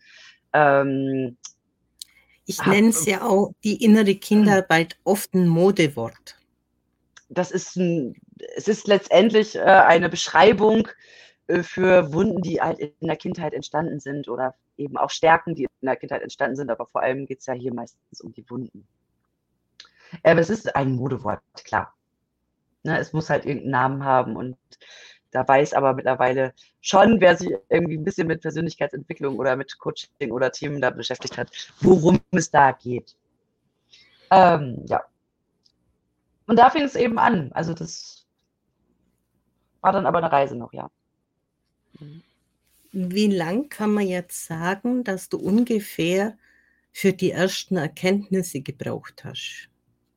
Ich nenne es ja auch die innere Kinderarbeit oft ein Modewort. Es ist letztendlich eine Beschreibung für Wunden, die halt in der Kindheit entstanden sind oder eben auch Stärken, die in der Kindheit entstanden sind, aber vor allem geht es ja hier meistens um die Wunden. Aber es ist ein Modewort, klar. Ne, es muss halt irgendeinen Namen haben und da weiß aber mittlerweile schon, wer sich irgendwie ein bisschen mit Persönlichkeitsentwicklung oder mit Coaching oder Themen da beschäftigt hat, worum es da geht. Ja. Und da fing es eben an. Also das war dann aber eine Reise noch, ja. Wie lang kann man jetzt sagen, dass du ungefähr für die ersten Erkenntnisse gebraucht hast?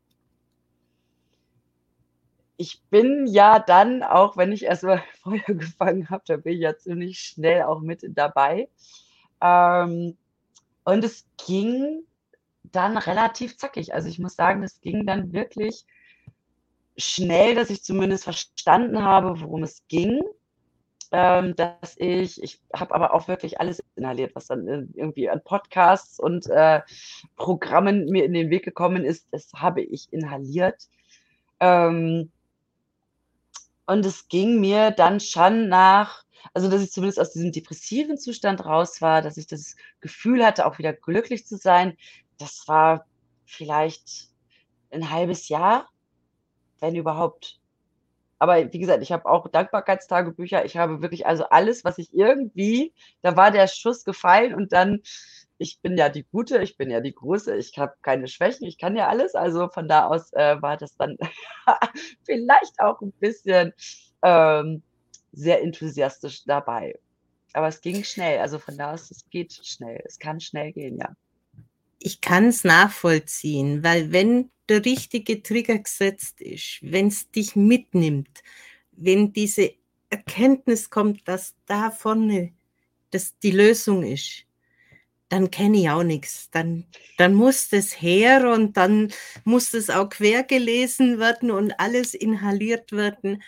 Ich bin ja dann, auch wenn ich erst mal Feuer gefangen habe, da bin ich ja ziemlich schnell auch mit dabei. Und es ging dann relativ zackig. Also ich muss sagen, es ging dann wirklich schnell, dass ich zumindest verstanden habe, worum es ging. Dass ich habe aber auch wirklich alles inhaliert, was dann irgendwie an Podcasts und Programmen mir in den Weg gekommen ist, das habe ich inhaliert. Und es ging mir dann schon also dass ich zumindest aus diesem depressiven Zustand raus war, dass ich das Gefühl hatte, auch wieder glücklich zu sein. Das war vielleicht ein halbes Jahr, wenn überhaupt. Aber wie gesagt, ich habe auch Dankbarkeitstagebücher. Ich habe wirklich also alles, was ich irgendwie, da war der Schuss gefallen und dann, ich bin ja die Gute, ich bin ja die Große, ich habe keine Schwächen, ich kann ja alles. Also von da aus war das dann vielleicht auch ein bisschen sehr enthusiastisch dabei. Aber es ging schnell. Also von da aus, es geht schnell. Es kann schnell gehen, ja. Ich kann es nachvollziehen, weil wenn der richtige Trigger gesetzt ist, wenn es dich mitnimmt, wenn diese Erkenntnis kommt, dass da vorne das die Lösung ist, dann kenne ich auch nichts. Dann muss das her und dann muss das auch quer gelesen werden und alles inhaliert werden.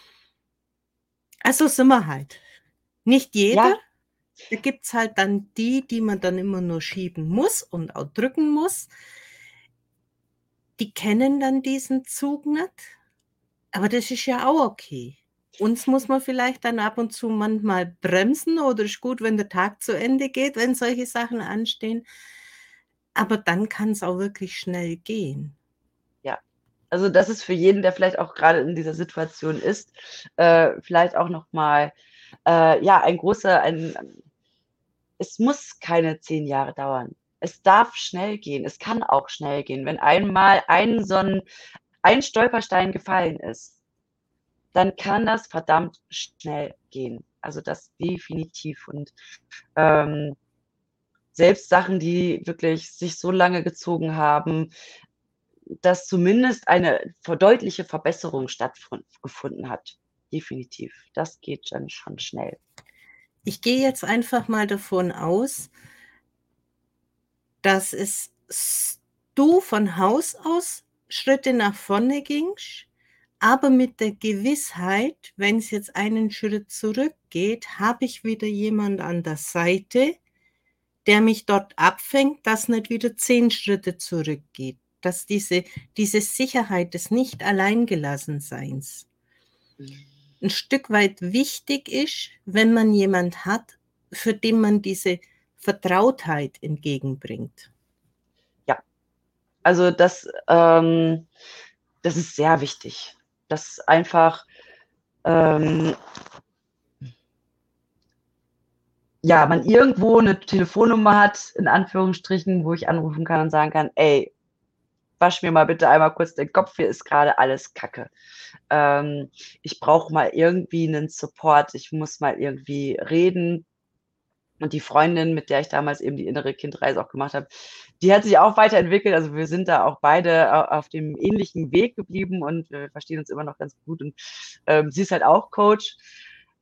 Also sind wir halt. Nicht jeder. Ja. Da gibt es halt dann die man dann immer nur schieben muss und auch drücken muss. Die kennen dann diesen Zug nicht, aber das ist ja auch okay. Uns muss man vielleicht dann ab und zu manchmal bremsen oder ist gut, wenn der Tag zu Ende geht, wenn solche Sachen anstehen. Aber dann kann es auch wirklich schnell gehen. Ja, also das ist für jeden, der vielleicht auch gerade in dieser Situation ist, vielleicht auch nochmal, ja, es muss keine 10 Jahre dauern. Es darf schnell gehen. Es kann auch schnell gehen. Wenn einmal ein Stolperstein gefallen ist, dann kann das verdammt schnell gehen. Also das definitiv. Und selbst Sachen, die wirklich sich so lange gezogen haben, dass zumindest eine deutliche Verbesserung stattgefunden hat. Definitiv. Das geht dann schon schnell. Ich gehe jetzt einfach mal davon aus, dass du von Haus aus Schritte nach vorne gingst, aber mit der Gewissheit, wenn es jetzt einen Schritt zurückgeht, habe ich wieder jemand an der Seite, der mich dort abfängt, dass nicht wieder 10 Schritte zurückgeht. Dass diese Sicherheit des Nicht-Alleingelassenseins ein Stück weit wichtig ist, wenn man jemand hat, für den man diese Vertrautheit entgegenbringt. Ja, also das ist sehr wichtig. Dass einfach ja, man irgendwo eine Telefonnummer hat, in Anführungsstrichen, wo ich anrufen kann und sagen kann, ey, wasch mir mal bitte einmal kurz den Kopf, hier ist gerade alles Kacke. Ich brauche mal irgendwie einen Support, ich muss mal irgendwie reden. Und die Freundin, mit der ich damals eben die innere Kindreise auch gemacht habe, die hat sich auch weiterentwickelt. Also wir sind da auch beide auf dem ähnlichen Weg geblieben und verstehen uns immer noch ganz gut. Und sie ist halt auch Coach.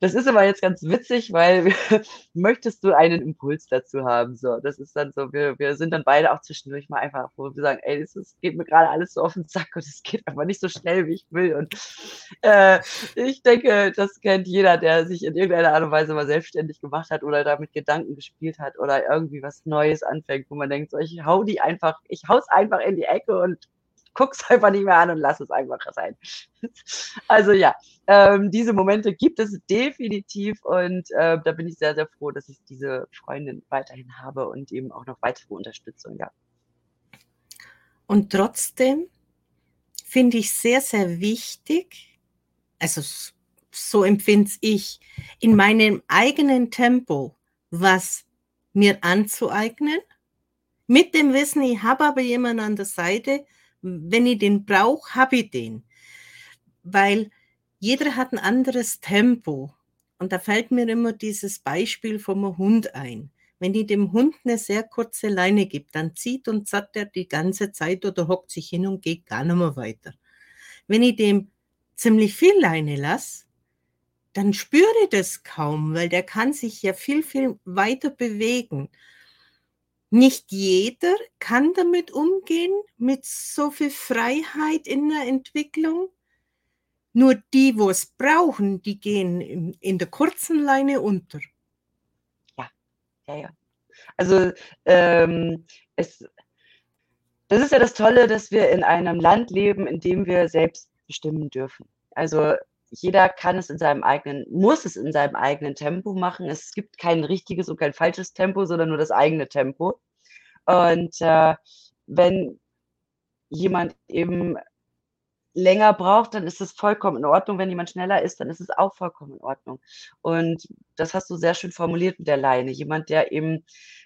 Das ist aber jetzt ganz witzig, weil möchtest du einen Impuls dazu haben? So, das ist dann so, wir sind dann beide auch zwischendurch mal einfach, wo wir sagen, ey, das geht mir gerade alles so auf den Sack und es geht einfach nicht so schnell, wie ich will. Und ich denke, das kennt jeder, der sich in irgendeiner Art und Weise mal selbstständig gemacht hat oder da mit Gedanken gespielt hat oder irgendwie was Neues anfängt, wo man denkt, so, ich hau's einfach in die Ecke und guck's einfach nicht mehr an und lass es einfach sein. Also ja, diese Momente gibt es definitiv und da bin ich sehr, sehr froh, dass ich diese Freundin weiterhin habe und eben auch noch weitere Unterstützung, ja. Und trotzdem finde ich sehr, sehr wichtig, also so empfinde ich, in meinem eigenen Tempo was mir anzueignen, mit dem Wissen, ich habe aber jemanden an der Seite, wenn ich den brauche, habe ich den. Weil jeder hat ein anderes Tempo. Und da fällt mir immer dieses Beispiel vom Hund ein. Wenn ich dem Hund eine sehr kurze Leine gebe, dann zieht und zatt er die ganze Zeit oder hockt sich hin und geht gar nicht mehr weiter. Wenn ich dem ziemlich viel Leine lasse, dann spüre ich das kaum, weil der kann sich ja viel, viel weiter bewegen. Nicht jeder kann damit umgehen, mit so viel Freiheit in der Entwicklung. Nur die, wo es brauchen, die gehen in der kurzen Leine unter. Ja, ja, ja. Also das ist ja das Tolle, dass wir in einem Land leben, in dem wir selbst bestimmen dürfen. Also jeder kann es muss es in seinem eigenen Tempo machen. Es gibt kein richtiges und kein falsches Tempo, sondern nur das eigene Tempo. Und wenn jemand eben länger braucht, dann ist es vollkommen in Ordnung. Wenn jemand schneller ist, dann ist es auch vollkommen in Ordnung. Und das hast du sehr schön formuliert mit der Leine. Jemand, der eben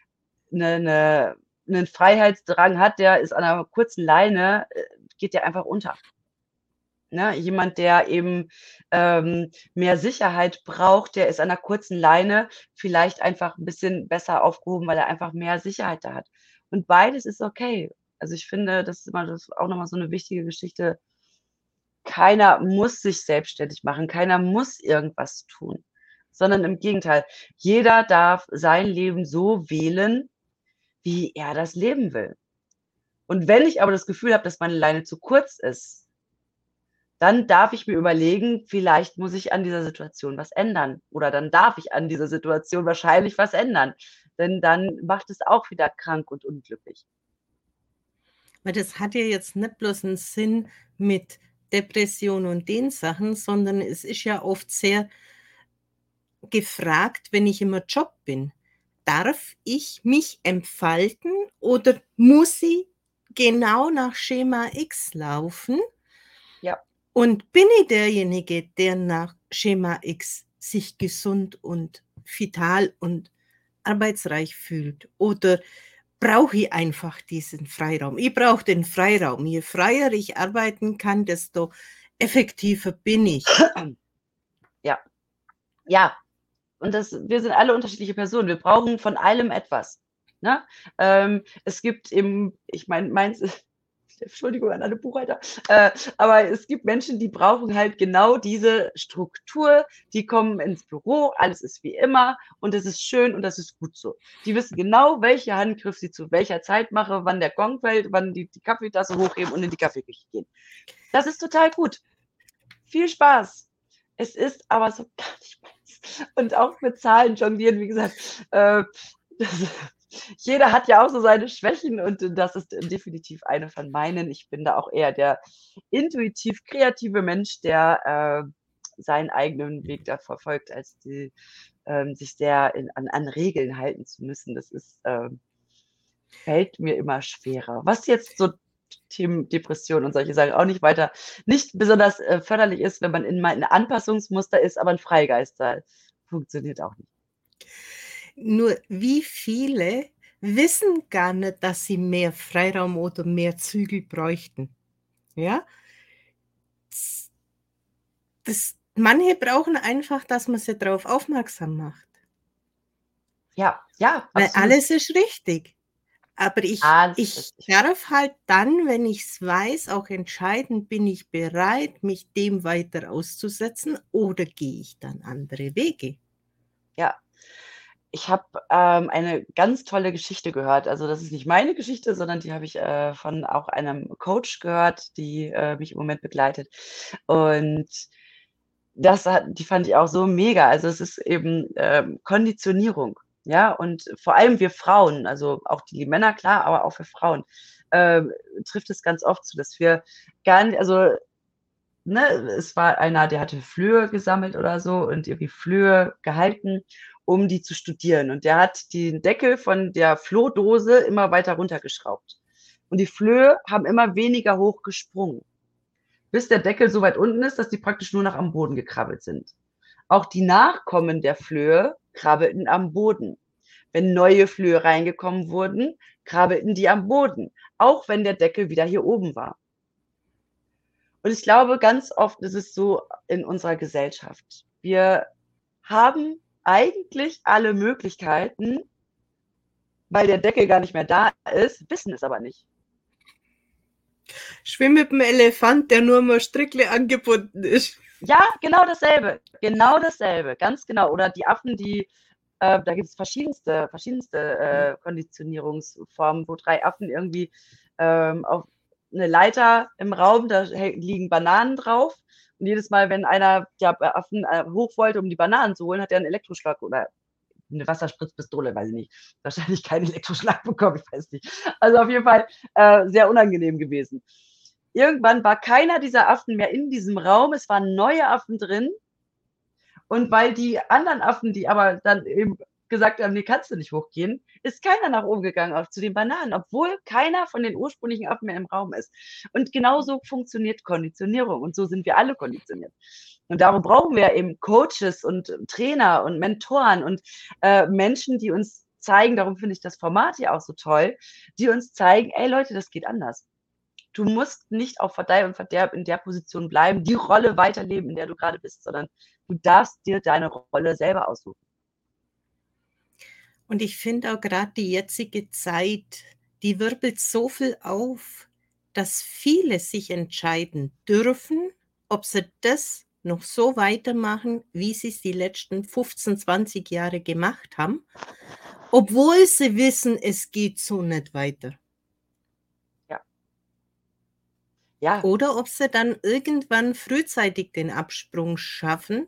einen Freiheitsdrang hat, der ist an einer kurzen Leine, geht der einfach unter. Ne? Jemand, der eben mehr Sicherheit braucht, der ist an einer kurzen Leine vielleicht einfach ein bisschen besser aufgehoben, weil er einfach mehr Sicherheit da hat. Und beides ist okay. Also ich finde, das ist auch nochmal so eine wichtige Geschichte. Keiner muss sich selbstständig machen, keiner muss irgendwas tun, sondern im Gegenteil, jeder darf sein Leben so wählen, wie er das leben will. Und wenn ich aber das Gefühl habe, dass meine Leine zu kurz ist, dann darf ich mir überlegen, vielleicht muss ich an dieser Situation was ändern. Oder dann darf ich an dieser Situation wahrscheinlich was ändern. Denn dann macht es auch wieder krank und unglücklich. Weil das hat ja jetzt nicht bloß einen Sinn mit Depression und den Sachen, sondern es ist ja oft sehr gefragt, wenn ich im Job bin. Darf ich mich entfalten oder muss ich genau nach Schema X laufen? Ja. Und bin ich derjenige, der nach Schema X sich gesund und vital und arbeitsreich fühlt? Oder brauche ich einfach diesen Freiraum? Ich brauche den Freiraum. Je freier ich arbeiten kann, desto effektiver bin ich. Ja. Ja. Und wir sind alle unterschiedliche Personen. Wir brauchen von allem etwas. Ne? Es gibt eben, ich meine, meins ist, Entschuldigung an alle Buchhalter, aber es gibt Menschen, die brauchen halt genau diese Struktur, die kommen ins Büro, alles ist wie immer und es ist schön und das ist gut so. Die wissen genau, welche Handgriff sie zu welcher Zeit mache, wann der Gong fällt, wann die Kaffeetasse hochheben und in die Kaffeeküche gehen. Das ist total gut. Viel Spaß. Es ist aber so gar nicht meins. Und auch mit Zahlen jonglieren, wie gesagt, jeder hat ja auch so seine Schwächen und das ist definitiv eine von meinen. Ich bin da auch eher der intuitiv kreative Mensch, der seinen eigenen Weg da verfolgt, als sich sehr an Regeln halten zu müssen. Das fällt mir immer schwerer. Was jetzt so Themen Depression und solche Sachen auch nicht besonders förderlich ist, wenn man in einem Anpassungsmuster ist, aber ein Freigeister funktioniert auch nicht. Nur wie viele wissen gar nicht, dass sie mehr Freiraum oder mehr Zügel bräuchten. Ja? Manche brauchen einfach, dass man sie darauf aufmerksam macht. Ja, Weil absolut. alles ist richtig. Aber Das ist ich richtig. darf halt dann, wenn ich es weiß, auch entscheiden, bin ich bereit, mich dem weiter auszusetzen oder gehe ich dann andere Wege? Ja. Ich habe, eine ganz tolle Geschichte gehört. Also, das ist nicht meine Geschichte, sondern die habe ich, von auch einem Coach gehört, die, mich im Moment begleitet. Und die fand ich auch so mega. Also, es ist eben, Konditionierung, ja? Und vor allem wir Frauen, also auch die Männer, klar, aber auch für Frauen, ähm, trifft es ganz oft zu, dass wir gar nicht also, ne, es war einer, der hatte Flöhe gesammelt oder so und irgendwie Flöhe gehalten, um die zu studieren. Und der hat den Deckel von der Flohdose immer weiter runtergeschraubt. Und die Flöhe haben immer weniger hoch gesprungen, bis der Deckel so weit unten ist, dass die praktisch nur noch am Boden gekrabbelt sind. Auch die Nachkommen der Flöhe krabbelten am Boden. Wenn neue Flöhe reingekommen wurden, krabbelten die am Boden, auch wenn der Deckel wieder hier oben war. Und ich glaube, ganz oft ist es so in unserer Gesellschaft. Wir haben eigentlich alle Möglichkeiten, weil der Deckel gar nicht mehr da ist, wissen es aber nicht. Schwimm mit dem Elefant, der nur mal Strickle angebunden ist. Ja, genau dasselbe, ganz genau. Oder die Affen, die da gibt es verschiedenste, Konditionierungsformen, wo 3 Affen irgendwie, auf 'ne Leiter im Raum, da liegen Bananen drauf. Und jedes Mal, wenn einer der Affen, hoch wollte, um die Bananen zu holen, hat er 'n Elektroschlag oder 'ne Wasserspritzpistole, weiß ich nicht. Wahrscheinlich keinen Elektroschlag bekommen, ich weiß nicht. Also, auf jeden Fall, sehr unangenehm gewesen. Irgendwann war keiner dieser Affen mehr in diesem Raum, es waren neue Affen drin. Und weil die anderen Affen, die aber dann eben gesagt haben: „Ne, kannst du nicht hochgehen“, ist keiner nach oben gegangen, auch zu den Bananen, obwohl keiner von den ursprünglichen Affen mehr im Raum ist. Und genauso funktioniert Konditionierung und so sind wir alle konditioniert. Und darum brauchen wir eben Coaches und Trainer und Mentoren und, Menschen, die uns zeigen, darum finde ich das Format hier auch so toll, die uns zeigen: „Ey Leute, das geht anders. Du musst nicht auf Verdeih und Verderb in der Position bleiben, die Rolle weiterleben, in der du gerade bist, sondern du darfst dir deine Rolle selber aussuchen.“ Und ich finde auch gerade die jetzige Zeit, die wirbelt so viel auf, dass viele sich entscheiden dürfen, ob sie das noch so weitermachen, wie sie es die letzten 15, 20 Jahre gemacht haben, obwohl sie wissen, es geht so nicht weiter. Ja. Ja, Oder ob sie dann irgendwann frühzeitig den Absprung schaffen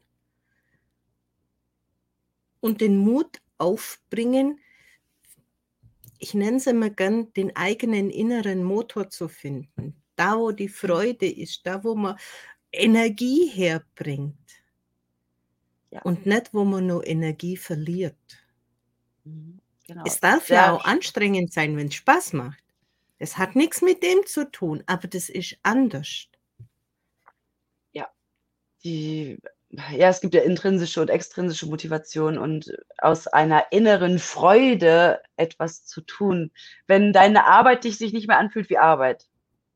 und den Mut aufbringen, ich nenne es immer gern, den eigenen inneren Motor zu finden. Da, wo die mhm, Freude ist, da, wo man Energie herbringt ja, und nicht, wo man nur Energie verliert. mhm, genau. Es darf ja Sehr auch anstrengend sein, wenn's Spaß macht. Es hat nix mit dem zu tun, aber das ist anders. ja, die ja, es gibt ja intrinsische und extrinsische Motivation und aus einer inneren Freude etwas zu tun, wenn deine Arbeit sich nicht mehr anfühlt wie Arbeit,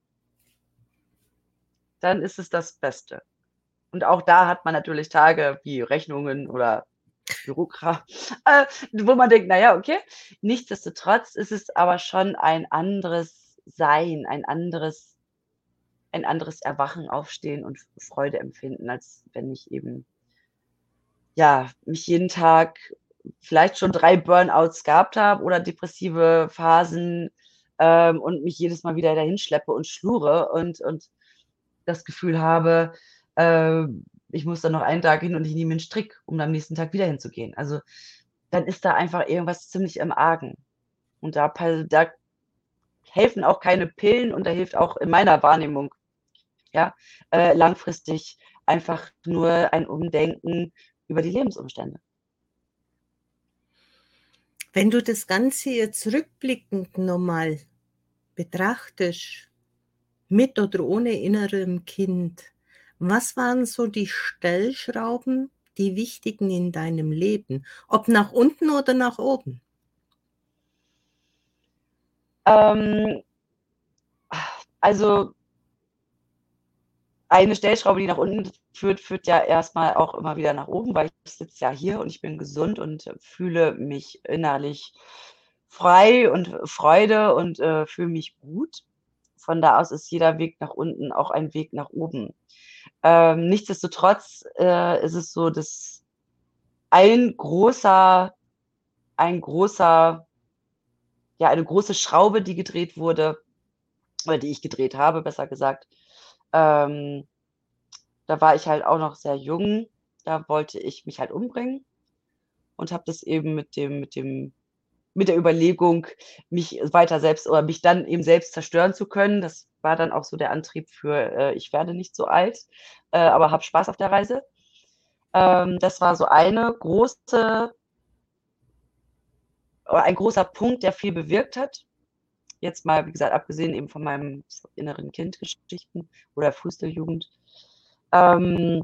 dann ist es das Beste. Und auch da hat man natürlich Tage wie Rechnungen oder Bürokram, wo man denkt: „Na ja, okay.“ Nichtsdestotrotz ist es aber schon ein anderes Sein, ein anderes Erwachen, Aufstehen und Freude empfinden, als wenn ich eben, ja, mich jeden Tag vielleicht schon 3 Burnouts gehabt habe oder depressive Phasen, und mich jedes Mal wieder dahin schleppe und schlure und das Gefühl habe, ich muss dann noch einen Tag hin und ich nehme 'n Strick, um am nächsten Tag wieder hinzugehen. Also, dann ist da einfach irgendwas ziemlich im Argen. Und da helfen auch keine Pillen und da hilft auch in meiner Wahrnehmung, ja, langfristig einfach nur ein Umdenken über die Lebensumstände. Wenn du das Ganze jetzt rückblickend noch mal betrachtest, mit oder ohne innerem Kind, was waren so die Stellschrauben, die wichtigen in deinem Leben, ob nach unten oder nach oben? Ähm, also eine Stellschraube, die nach unten führt, führt ja erstmal auch immer wieder nach oben, weil ich sitze ja hier und ich bin gesund und fühle mich innerlich frei und Freude und fühle mich gut. Von da aus ist jeder Weg nach unten auch ein Weg nach oben. Nichtsdestotrotz ist es so, dass ein großer, ja, eine große Schraube, die gedreht wurde, oder die ich gedreht habe, besser gesagt. Da war ich halt auch noch sehr jung. Da wollte ich mich halt umbringen und habe das eben mit der Überlegung, mich weiter selbst oder mich dann eben selbst zerstören zu können. Das war dann auch so der Antrieb für, ich werde nicht so alt, aber habe Spaß auf der Reise. Das war so eine große oder ein großer Punkt, der viel bewirkt hat. Jetzt mal, wie gesagt, abgesehen eben von meinem inneren Kindgeschichten oder frühester Jugend. Dann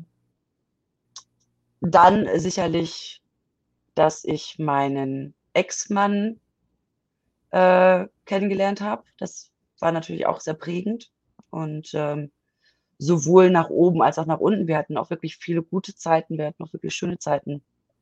sicherlich, dass ich meinen Ex-Mann kennengelernt habe. Das war natürlich auch sehr prägend und sowohl nach oben als auch nach unten. Wir hatten auch wirklich viele gute Zeiten, wir hatten auch wirklich schöne Zeiten.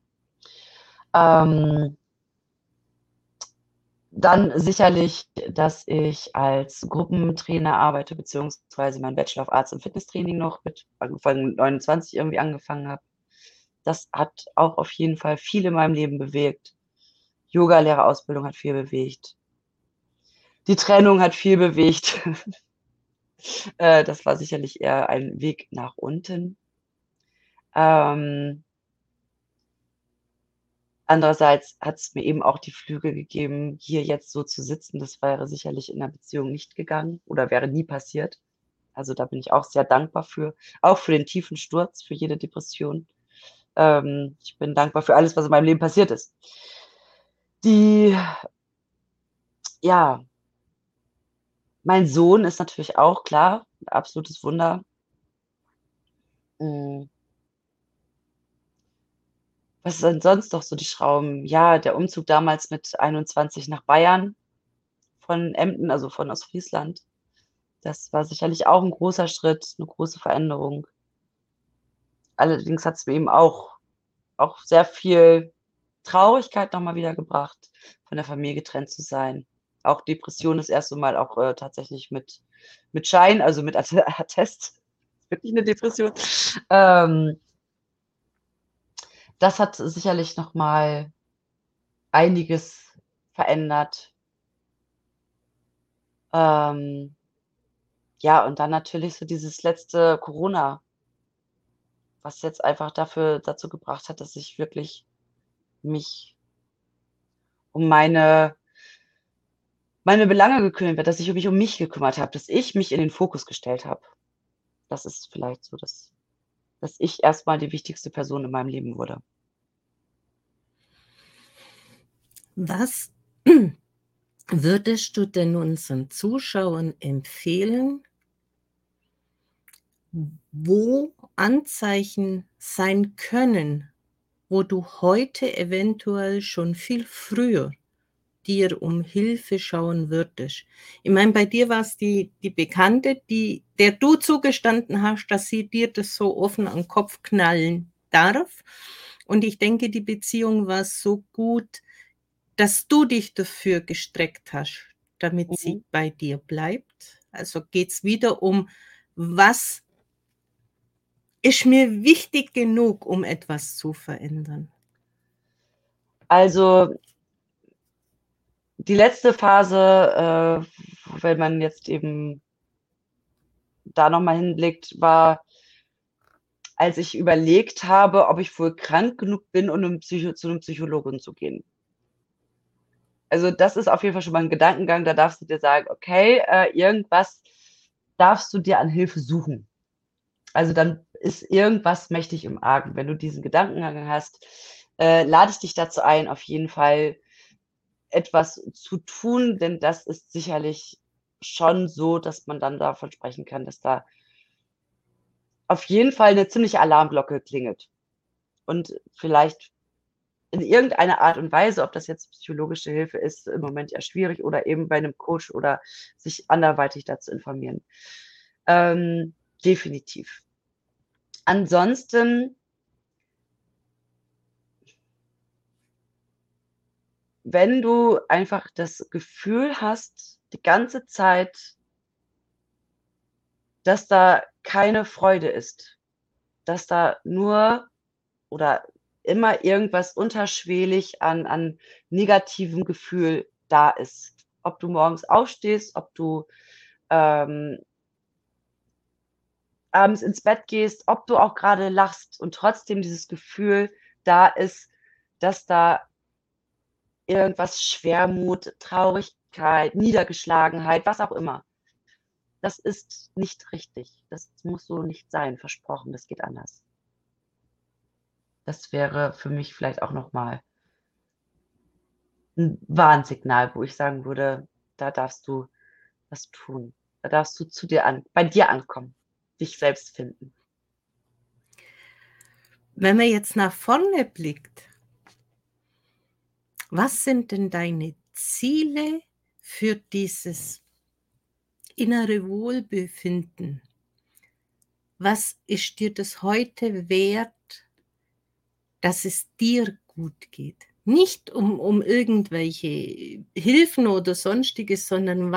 Dann sicherlich, dass ich als Gruppentrainer arbeite, beziehungsweise mein Bachelor of Arts im Fitnesstraining noch mit Anfang 29 irgendwie angefangen habe. Das hat auch auf jeden Fall viel in meinem Leben bewegt. Yoga-Lehrerausbildung hat viel bewegt. Die Trennung hat viel bewegt. Das war sicherlich eher ein Weg nach unten. Andererseits hat es mir eben auch die Flügel gegeben, hier jetzt so zu sitzen. Das wäre sicherlich in 'ner Beziehung nicht gegangen oder wäre nie passiert. Also, da bin ich auch sehr dankbar für, auch für den tiefen Sturz, für jede Depression. Ich bin dankbar für alles, was in meinem Leben passiert ist. Die Ja, mein Sohn ist natürlich auch klar, 'n absolutes Wunder. Hm, was sind sonst noch so die Schrauben? Ja, der Umzug damals mit 21 nach Bayern von Emden, also von Ostfriesland. Das war sicherlich auch 'n großer Schritt, 'ne große Veränderung. Allerdings hat's mir eben auch sehr viel Traurigkeit noch mal wieder gebracht, von der Familie getrennt zu sein. Auch Depression das erste Mal auch, tatsächlich mit Schein, also mit Attest, wirklich 'ne Depression. Ähm, Das hat sicherlich noch mal einiges verändert. Ähm, ja, und dann natürlich so dieses letzte Corona, was jetzt einfach dazu gebracht hat, dass ich wirklich mich um meine Belange gekümmert habe, dass ich mich um mich gekümmert habe, dass ich mich in den Fokus gestellt habe. Das ist vielleicht so, dass ich erst mal die wichtigste Person in meinem Leben wurde. Was würdest du denn unseren Zuschauern empfehlen, wo Anzeichen sein können, wo du heute eventuell schon viel früher dir um Hilfe schauen würdest? Ich meine, bei dir war's die Bekannte, der du zugestanden hast, dass sie dir das so offen an 'n Kopf knallen darf. Und ich denke, die Beziehung war so gut, dass du dich dafür gestreckt hast, damit Mhm. sie bei dir bleibt. Also geht's wieder um: „Was ist mir wichtig genug, um etwas zu verändern?“ Also, die letzte Phase, wenn man jetzt eben da noch mal hinblickt, war, als ich überlegt habe, ob ich wohl krank genug bin, um zu 'nem Psychologen zu gehen. Also, das ist auf jeden Fall schon mal 'n Gedankengang, da darfst du dir sagen: „Okay, irgendwas darfst du dir an Hilfe suchen.“ Also, dann ist irgendwas mächtig im Argen. Wenn du diesen Gedankengang hast, lade ich dich dazu ein, auf jeden Fall etwas zu tun, denn das ist sicherlich schon so, dass man dann davon sprechen kann, dass da auf jeden Fall 'ne ziemliche Alarmglocke klingelt. Und vielleicht in irgendeiner Art und Weise, ob das jetzt psychologische Hilfe ist, im Moment eher schwierig oder eben bei 'nem Coach oder sich anderweitig da zu informieren. Definitiv. Ansonsten wenn du einfach das Gefühl hast, die ganze Zeit, dass da keine Freude ist, dass da nur oder immer irgendwas unterschwellig an negativem Gefühl da ist. Ob du morgens aufstehst, ob du, ähm, abends ins Bett gehst, ob du auch grade lachst und trotzdem dieses Gefühl da ist, dass da irgendwas Schwermut, Traurigkeit, Niedergeschlagenheit, was auch immer. Das ist nicht richtig. Das muss so nicht sein, versprochen, das geht anders. Das wäre für mich vielleicht auch noch mal 'n Warnsignal, wo ich sagen würde, da darfst du was tun. Da darfst du bei dir ankommen, dich selbst finden. Wenn man jetzt nach vorne blickt, was sind denn deine Ziele für dieses innere Wohlbefinden? Was ist dir das heute wert, dass es dir gut geht? Nicht um irgendwelche Hilfen oder Sonstiges, sondern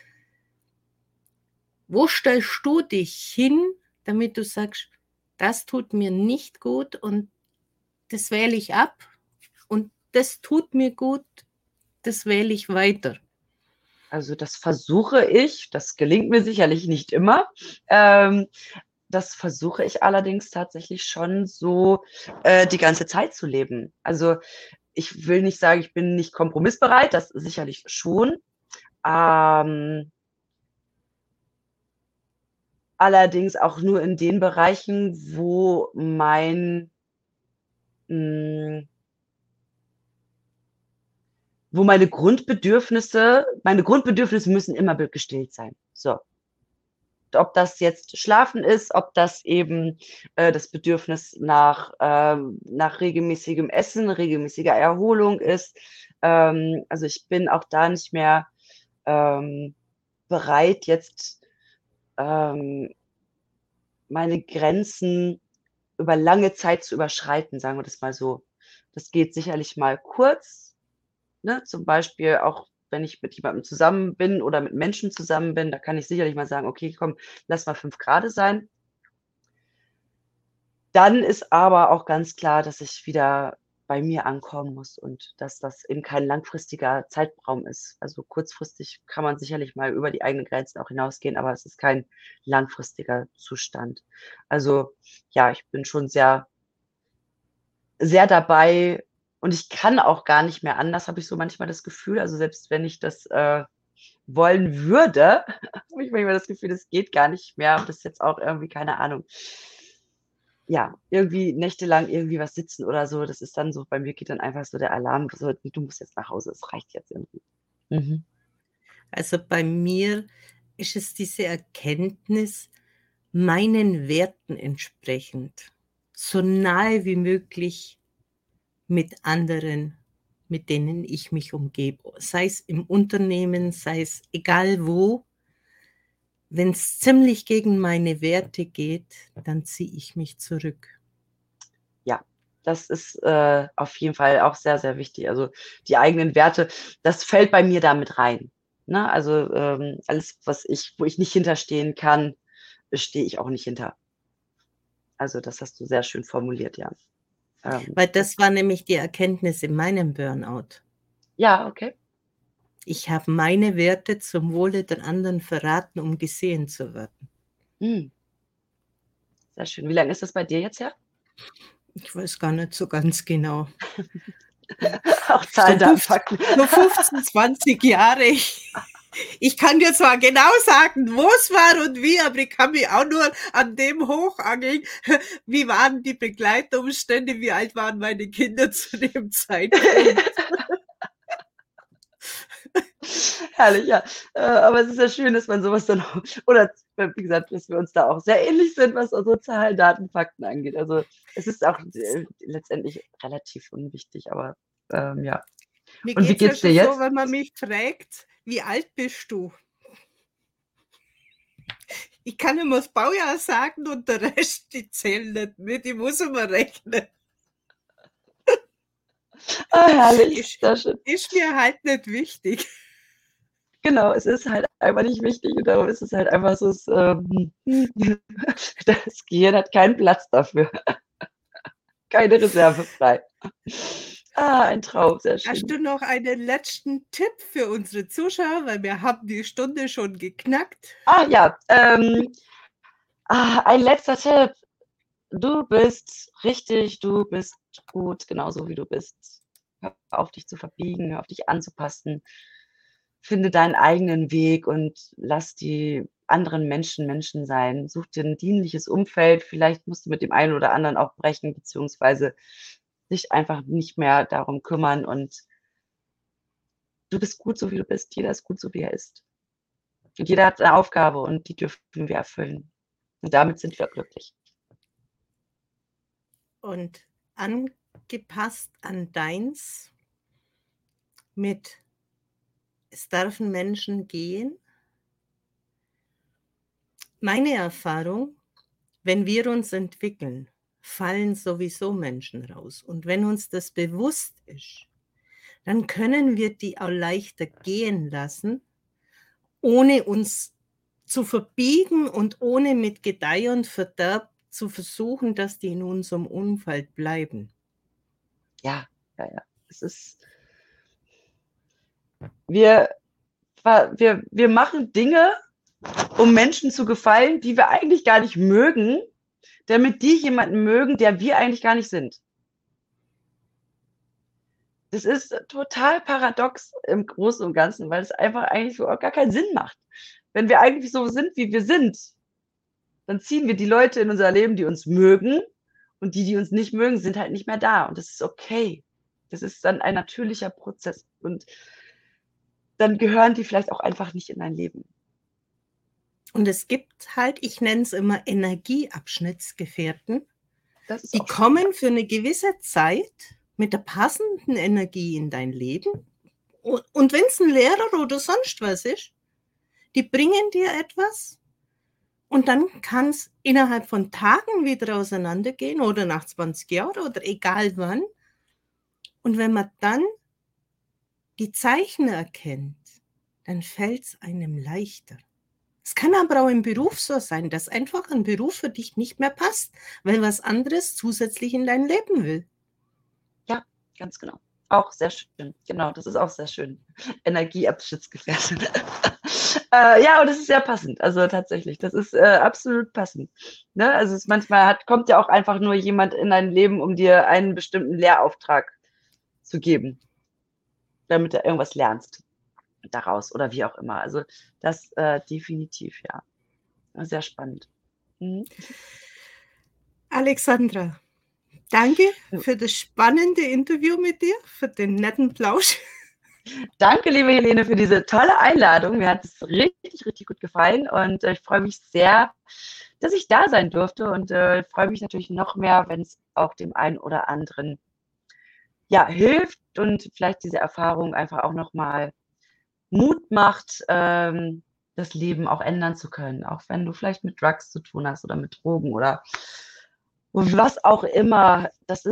wo stellst du dich hin, damit du sagst: „Das tut mir nicht gut und das wähle ich ab und das tut mir gut, das wähle ich weiter?“ Also, das versuche ich, das gelingt mir sicherlich nicht immer. Ähm, Das versuche ich allerdings tatsächlich schon so, die ganze Zeit zu leben. Also, ich will nicht sagen, ich bin nicht kompromissbereit, das sicherlich schon. Ähm, Allerdings auch nur in den Bereichen, hm wo meine Grundbedürfnisse müssen immer gestillt sein. So. Ob das jetzt Schlafen ist, ob das eben, das Bedürfnis nach regelmäßigem Essen, regelmäßiger Erholung ist. Also, ich bin auch da nicht mehr, ähm, bereit, jetzt, ähm, meine Grenzen über lange Zeit zu überschreiten, sagen wir das mal so. Das geht sicherlich mal kurz, ne? Zum Beispiel auch, wenn ich mit jemandem zusammen bin oder mit Menschen zusammen bin, da kann ich sicherlich mal sagen: „Okay, komm, lass mal 5 Grade sein.“ Dann ist aber auch ganz klar, dass ich wieder bei mir ankommen muss und dass das eben kein langfristiger Zeitraum ist. Also, kurzfristig kann man sicherlich mal über die eigenen Grenzen auch hinausgehen, aber es ist kein langfristiger Zustand. Also, ja, ich bin schon sehr sehr dabei und ich kann auch gar nicht mehr anders, habe ich so manchmal das Gefühl. Also, selbst wenn ich das, wollen würde, habe ich manchmal das Gefühl, das geht gar nicht mehr und das ist jetzt auch irgendwie, keine Ahnung, ja, irgendwie nächtelang irgendwie was sitzen oder so. Das ist dann so, bei mir geht dann einfach so der Alarm so: „Du musst jetzt nach Hause, es reicht jetzt irgendwie.“ Mhm. Also, bei mir ist es diese Erkenntnis, meinen Werten entsprechend so nahe wie möglich mit anderen, mit denen ich mich umgebe, sei es im Unternehmen, sei es egal wo. Wenn es ziemlich gegen meine Werte geht, dann ziehe ich mich zurück. Ja, das ist, auf jeden Fall auch sehr, sehr wichtig. Also, die eigenen Werte, das fällt bei mir da mit rein, ne? Also, alles, wo ich nicht hinterstehen kann, stehe ich auch nicht hinter. Also, das hast du sehr schön formuliert, ja. Weil Das das war nämlich die Erkenntnis in meinem Burnout. ja, okay. Ich habe meine Werte zum Wohle der anderen verraten, um gesehen zu werden. Mhm, sehr schön. Wie lange ist das bei dir jetzt her? Ich weiß gar nicht so ganz genau. Auch So Zahlen, Daten, Fakten. 15, 20 Jahre. Ich kann dir zwar genau sagen, wo's war und wie, aber ich kann mich auch nur an dem hochangeln. Wie waren die Begleitumstände? Wie alt waren meine Kinder zu dem Zeitpunkt? Herrlich, ja. Aber es ist ja schön, dass man so was dann auch oder wie gesagt, dass wir uns da auch sehr ähnlich sind, was unsere Zahlen, Daten, Fakten angeht. Also, es ist auch, letztendlich relativ unwichtig, aber, ja. Mir Und wie geht's ja geht's dir schon so, jetzt? wenn man mich fragt: „Wie alt bist du?“ Ich kann immer das Baujahr sagen und der Rest, die zählen nicht mit, ich muss immer rechnen. Ah, herrlich, sehr schön. Ist mir halt nicht wichtig. Genau, es ist halt einfach nicht wichtig und darum ist es halt einfach so, das Gehirn hat keinen Platz dafür, keine Reserve frei. Ah, ein Traum, sehr schön. Hast du noch einen letzten Tipp für unsere Zuschauer, weil wir haben die Stunde schon geknackt? Ah ja, ein letzter Tipp. Du bist richtig, du bist gut, genauso wie du bist. Hör auf dich zu verbiegen, hör auf dich anzupassen. Finde deinen eigenen Weg und lass die anderen Menschen Menschen sein. Such dir ein dienliches Umfeld. Vielleicht musst du mit dem einen oder anderen auch brechen, beziehungsweise dich einfach nicht mehr darum kümmern. Und du bist gut, so wie du bist. Jeder ist gut, so wie er ist. Und jeder hat eine Aufgabe und die dürfen wir erfüllen. Und damit sind wir glücklich. Und angepasst an deins mit es dürfen Menschen gehen. Meine Erfahrung, wenn wir uns entwickeln, fallen sowieso Menschen raus. Und wenn uns das bewusst ist, dann können wir die auch leichter gehen lassen, ohne uns zu verbiegen und ohne mit Gedeih und Verderb zu versuchen, dass die in unserem Umfeld bleiben. Ja. Es ist, wir machen Dinge, um Menschen zu gefallen, die wir eigentlich gar nicht mögen, damit die jemanden mögen, der wir eigentlich gar nicht sind. Das ist total paradox im Großen und Ganzen, weil es einfach eigentlich so gar keinen Sinn macht. Wenn wir eigentlich so sind, wie wir sind, dann ziehen wir die Leute in unser Leben, die uns mögen, und die uns nicht mögen, sind halt nicht mehr da. Und das ist okay. Das ist dann ein natürlicher Prozess. Und dann gehören die vielleicht auch einfach nicht in dein Leben. Und es gibt halt, ich nenne es immer Energieabschnittsgefährten, die schön, kommen für eine gewisse Zeit mit der passenden Energie in dein Leben. Und wenn es ein Lehrer oder sonst was ist, die bringen dir etwas und dann kann es innerhalb von Tagen wieder auseinandergehen oder nach 20 Jahren oder egal wann. Und wenn man dann die Zeichen erkennt, dann fällt es einem leichter. Es kann aber auch im Beruf so sein, dass einfach ein Beruf für dich nicht mehr passt, weil was anderes zusätzlich in dein Leben will. Ja, ganz genau. Auch sehr schön. Genau, das ist auch sehr schön. Energieabschnittsgefährten. Ja, und das ist sehr passend. Also tatsächlich, das ist absolut passend. Ne? Also manchmal kommt ja auch einfach nur jemand in dein Leben, um dir einen bestimmten Lehrauftrag zu geben, damit du irgendwas lernst daraus oder wie auch immer. Also das definitiv, ja. Sehr spannend. Mhm. Alexandra, danke für das spannende Interview mit dir, für den netten Plausch. Danke, liebe Helene, für diese tolle Einladung. Mir hat es richtig, richtig gut gefallen und ich freue mich sehr, dass ich da sein durfte und freue mich natürlich noch mehr, wenn es auch dem einen oder anderen ja, hilft und vielleicht diese Erfahrung einfach auch nochmal Mut macht, das Leben auch ändern zu können, auch wenn du vielleicht mit Drugs zu tun hast oder mit Drogen oder was auch immer.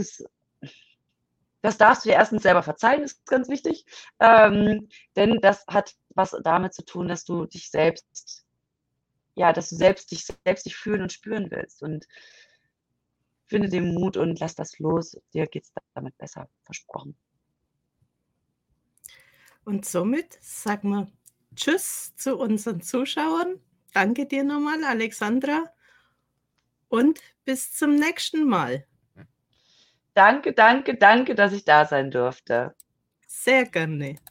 Das darfst du dir erstens selber verzeihen, ist ganz wichtig, denn das hat was damit zu tun, dass du dich selbst, ja, dass du dich selbst fühlen und spüren willst und finde den Mut und lass das los. Dir geht es damit besser, versprochen. Und somit sagen wir Tschüss zu unseren Zuschauern. Danke dir nochmal, Alexandra. Und bis zum nächsten Mal. Danke, danke, danke, dass ich da sein durfte. Sehr gerne.